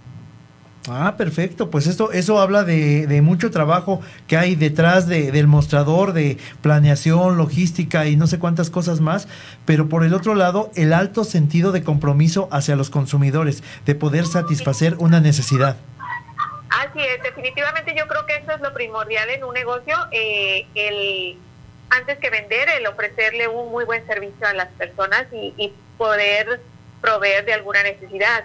Ah, perfecto. Pues esto, eso habla de, de mucho trabajo que hay detrás de, del mostrador, de planeación, logística y no sé cuántas cosas más, pero por el otro lado, el alto sentido de compromiso hacia los consumidores, de poder satisfacer una necesidad. Así es, definitivamente yo creo que eso es lo primordial en un negocio, eh, el antes que vender, el ofrecerle un muy buen servicio a las personas y, y poder proveer de alguna necesidad.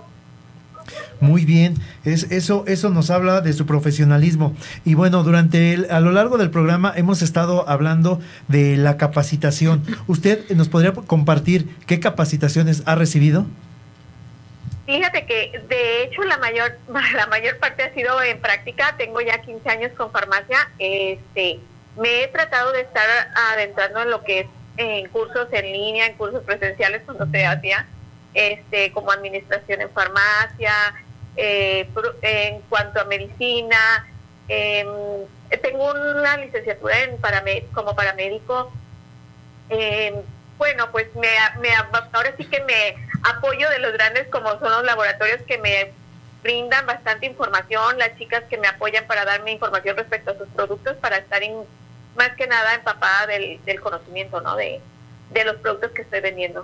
Muy bien, es, eso, eso nos habla de su profesionalismo. Y bueno, durante el, a lo largo del programa hemos estado hablando de la capacitación. ¿Usted nos podría compartir qué capacitaciones ha recibido? Fíjate que de hecho la mayor la mayor parte ha sido en práctica. Tengo ya quince años con farmacia. Este, me he tratado de estar adentrando en lo que es en cursos en línea, en cursos presenciales cuando se hacía. Este, como administración en farmacia, eh, en cuanto a medicina, eh, tengo una licenciatura en paramed como paramédico. Eh, bueno, pues me, me ahora sí que me apoyo de los grandes como son los laboratorios que me brindan bastante información, las chicas que me apoyan para darme información respecto a sus productos para estar en, más que nada empapada del, del conocimiento, ¿no? De, de los productos que estoy vendiendo.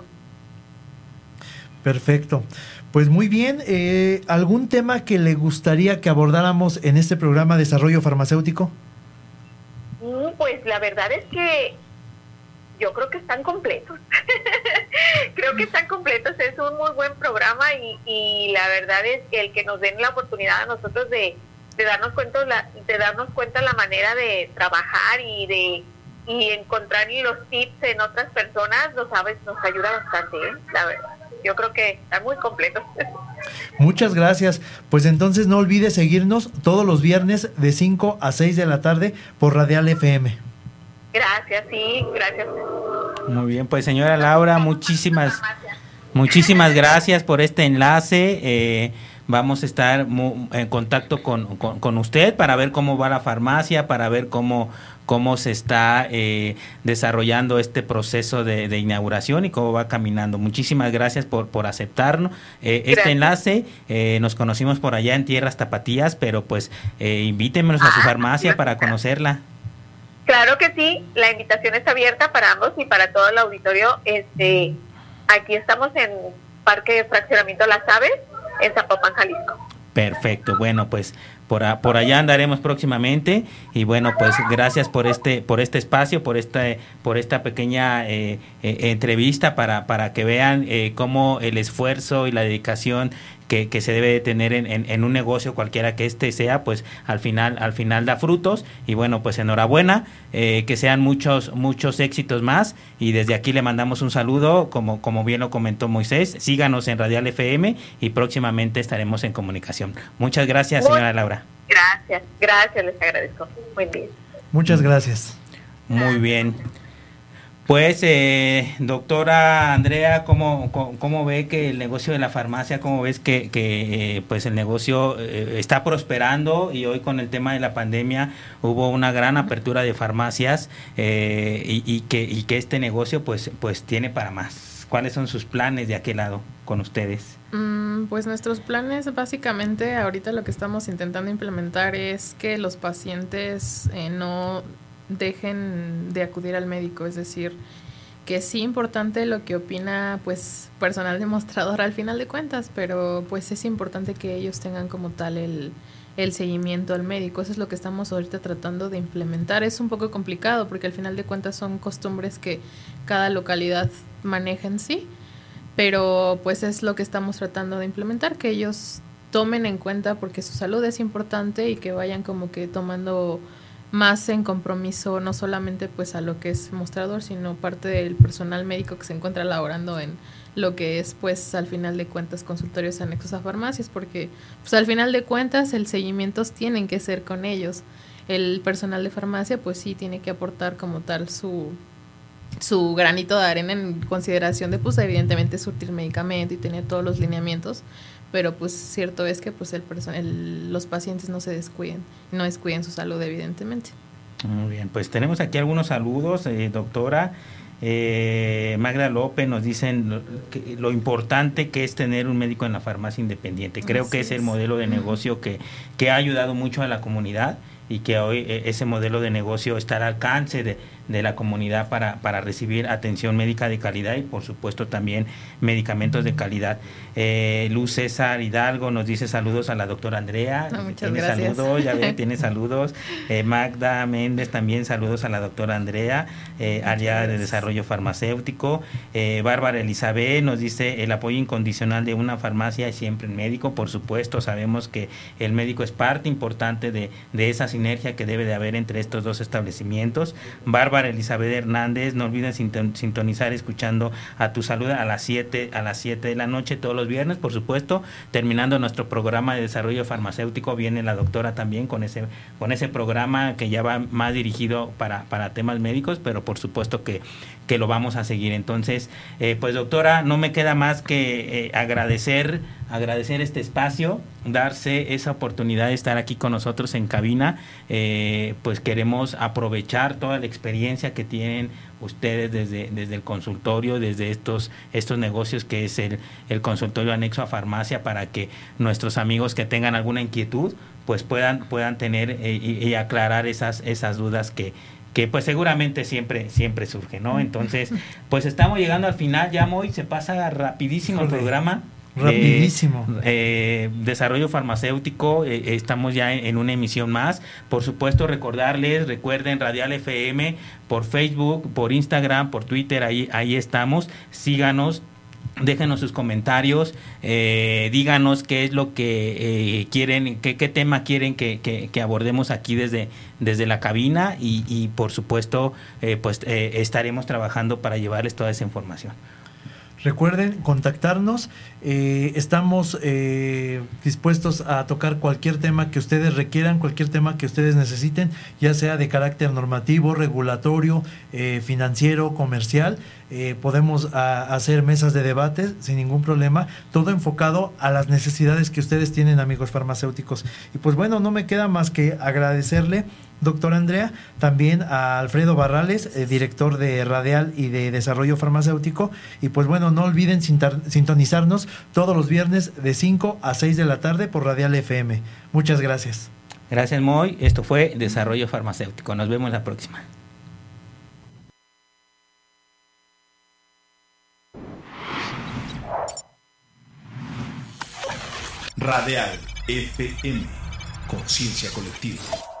Perfecto. Pues muy bien, eh, ¿algún tema que le gustaría que abordáramos en este programa Desarrollo Farmacéutico? Pues la verdad es que yo creo que están completos. Creo que están completos, es un muy buen programa y, y la verdad es que el que nos den la oportunidad a nosotros de, de darnos cuenta la, de darnos cuenta la manera de trabajar y de y encontrar los tips en otras personas nos sabes nos ayuda bastante, ¿eh? La verdad. Yo creo que están muy completos. Muchas gracias. Pues entonces no olvide seguirnos todos los viernes de cinco a seis de la tarde por Radial F M. Gracias, sí, gracias. Muy bien, pues señora Laura, muchísimas, muchísimas gracias por este enlace. Eh, vamos a estar mu- en contacto con, con, con usted para ver cómo va la farmacia, para ver cómo... cómo se está eh, desarrollando este proceso de, de inauguración y cómo va caminando. Muchísimas gracias por, por aceptarnos eh, este enlace. Eh, nos conocimos por allá en Tierras Tapatías, pero pues eh, invítenos a su farmacia para conocerla. Claro que sí, la invitación está abierta para ambos y para todo el auditorio. Este, aquí estamos en Parque de Fraccionamiento Las Aves, en Zapopan, Jalisco. Perfecto, bueno, pues por, a, por allá andaremos próximamente y bueno, pues gracias por este por este espacio, por esta por esta pequeña eh, eh, entrevista para para que vean eh, cómo el esfuerzo y la dedicación que, que se debe de tener en, en, en un negocio cualquiera que este sea, pues al final al final da frutos y bueno, pues enhorabuena, eh, que sean muchos muchos éxitos más y desde aquí le mandamos un saludo, como como bien lo comentó Moisés, síganos en Radial F M y próximamente estaremos en comunicación. Muchas gracias, señora Laura. Gracias, gracias, les agradezco. Muy bien. Muchas gracias. Muy bien. Pues, eh, doctora Andrea, ¿cómo, cómo, cómo ve que el negocio de la farmacia, cómo ves que, que eh, pues el negocio eh, está prosperando y hoy con el tema de la pandemia hubo una gran apertura de farmacias eh, y, y, que, y que este negocio pues, pues tiene para más? ¿Cuáles son sus planes de aquel lado con ustedes? Mm, pues nuestros planes básicamente ahorita lo que estamos intentando implementar es que los pacientes eh, no dejen de acudir al médico, es decir, que sí importante lo que opina pues personal demostrador al final de cuentas, pero pues es importante que ellos tengan como tal el, el seguimiento al médico. Eso es lo que estamos ahorita tratando de implementar. Es un poco complicado porque al final de cuentas son costumbres que cada localidad maneja en sí, pero pues es lo que estamos tratando de implementar, que ellos tomen en cuenta porque su salud es importante y que vayan como que tomando más en compromiso no solamente pues a lo que es mostrador, sino parte del personal médico que se encuentra laborando en lo que es pues al final de cuentas consultorios anexos a farmacias, porque pues al final de cuentas el seguimiento tienen que ser con ellos. El personal de farmacia pues sí tiene que aportar como tal su su granito de arena en consideración de pues evidentemente surtir medicamento y tener todos los lineamientos, pero pues cierto es que pues el, perso- el los pacientes no se descuiden, no descuiden su salud evidentemente. Muy bien, pues tenemos aquí algunos saludos, eh, doctora. Eh, Magda López nos dicen lo, que, lo importante que es tener un médico en la farmacia independiente. Creo Así que es, es el modelo de negocio que, que ha ayudado mucho a la comunidad y que hoy eh, ese modelo de negocio está al alcance de, de la comunidad para, para recibir atención médica de calidad y por supuesto también medicamentos de calidad. Eh, Luz César Hidalgo nos dice saludos a la doctora Andrea. No, muchas tiene gracias. saludos, ya ve, tiene saludos. Eh, Magda Méndez también saludos a la doctora Andrea, eh, área de desarrollo farmacéutico. Eh, Bárbara Elizabeth nos dice el apoyo incondicional de una farmacia es siempre el médico, por supuesto, sabemos que el médico es parte importante de, de esa sinergia que debe de haber entre estos dos establecimientos. Bárbara Elizabeth Hernández, no olviden sintonizar escuchando a Tu Salud a las siete a las siete de la noche todos los viernes, por supuesto. Terminando nuestro programa de desarrollo farmacéutico viene la doctora también con ese con ese programa que ya va más dirigido para para temas médicos, pero por supuesto que que lo vamos a seguir. Entonces, eh, pues doctora, no me queda más que eh, agradecer agradecer este espacio, darse esa oportunidad de estar aquí con nosotros en cabina. Eh, pues queremos aprovechar toda la experiencia que tienen ustedes desde, desde el consultorio, desde estos, estos negocios que es el, el consultorio anexo a farmacia, para que nuestros amigos que tengan alguna inquietud pues puedan, puedan tener eh, y, y aclarar esas, esas dudas que que pues seguramente siempre siempre surge, ¿no? Entonces, pues estamos llegando al final, ya Moy, se pasa rapidísimo el programa. Rapidísimo. Eh, eh, desarrollo farmacéutico, eh, estamos ya en, en una emisión más. Por supuesto, recordarles, recuerden Radial F M por Facebook, por Instagram, por Twitter, ahí, ahí estamos. Síganos. Déjenos sus comentarios, eh, díganos qué es lo que eh, quieren, qué, qué tema quieren que, que, que abordemos aquí desde, desde la cabina y, y por supuesto eh, pues eh, estaremos trabajando para llevarles toda esa información. Recuerden contactarnos, eh, estamos eh, dispuestos a tocar cualquier tema que ustedes requieran, cualquier tema que ustedes necesiten, ya sea de carácter normativo, regulatorio, eh, financiero, comercial. Eh, podemos a, hacer mesas de debate sin ningún problema, todo enfocado a las necesidades que ustedes tienen, amigos farmacéuticos. Y pues bueno, no me queda más que agradecerle, doctora Andrea, también a Alfredo Barrales, eh, director de Radial y de Desarrollo Farmacéutico. Y pues bueno, no olviden sintar, sintonizarnos todos los viernes de cinco a seis de la tarde por Radial F M. Muchas gracias. Gracias, Moy. Esto fue Desarrollo Farmacéutico. Nos vemos la próxima. Radial F M, conciencia colectiva.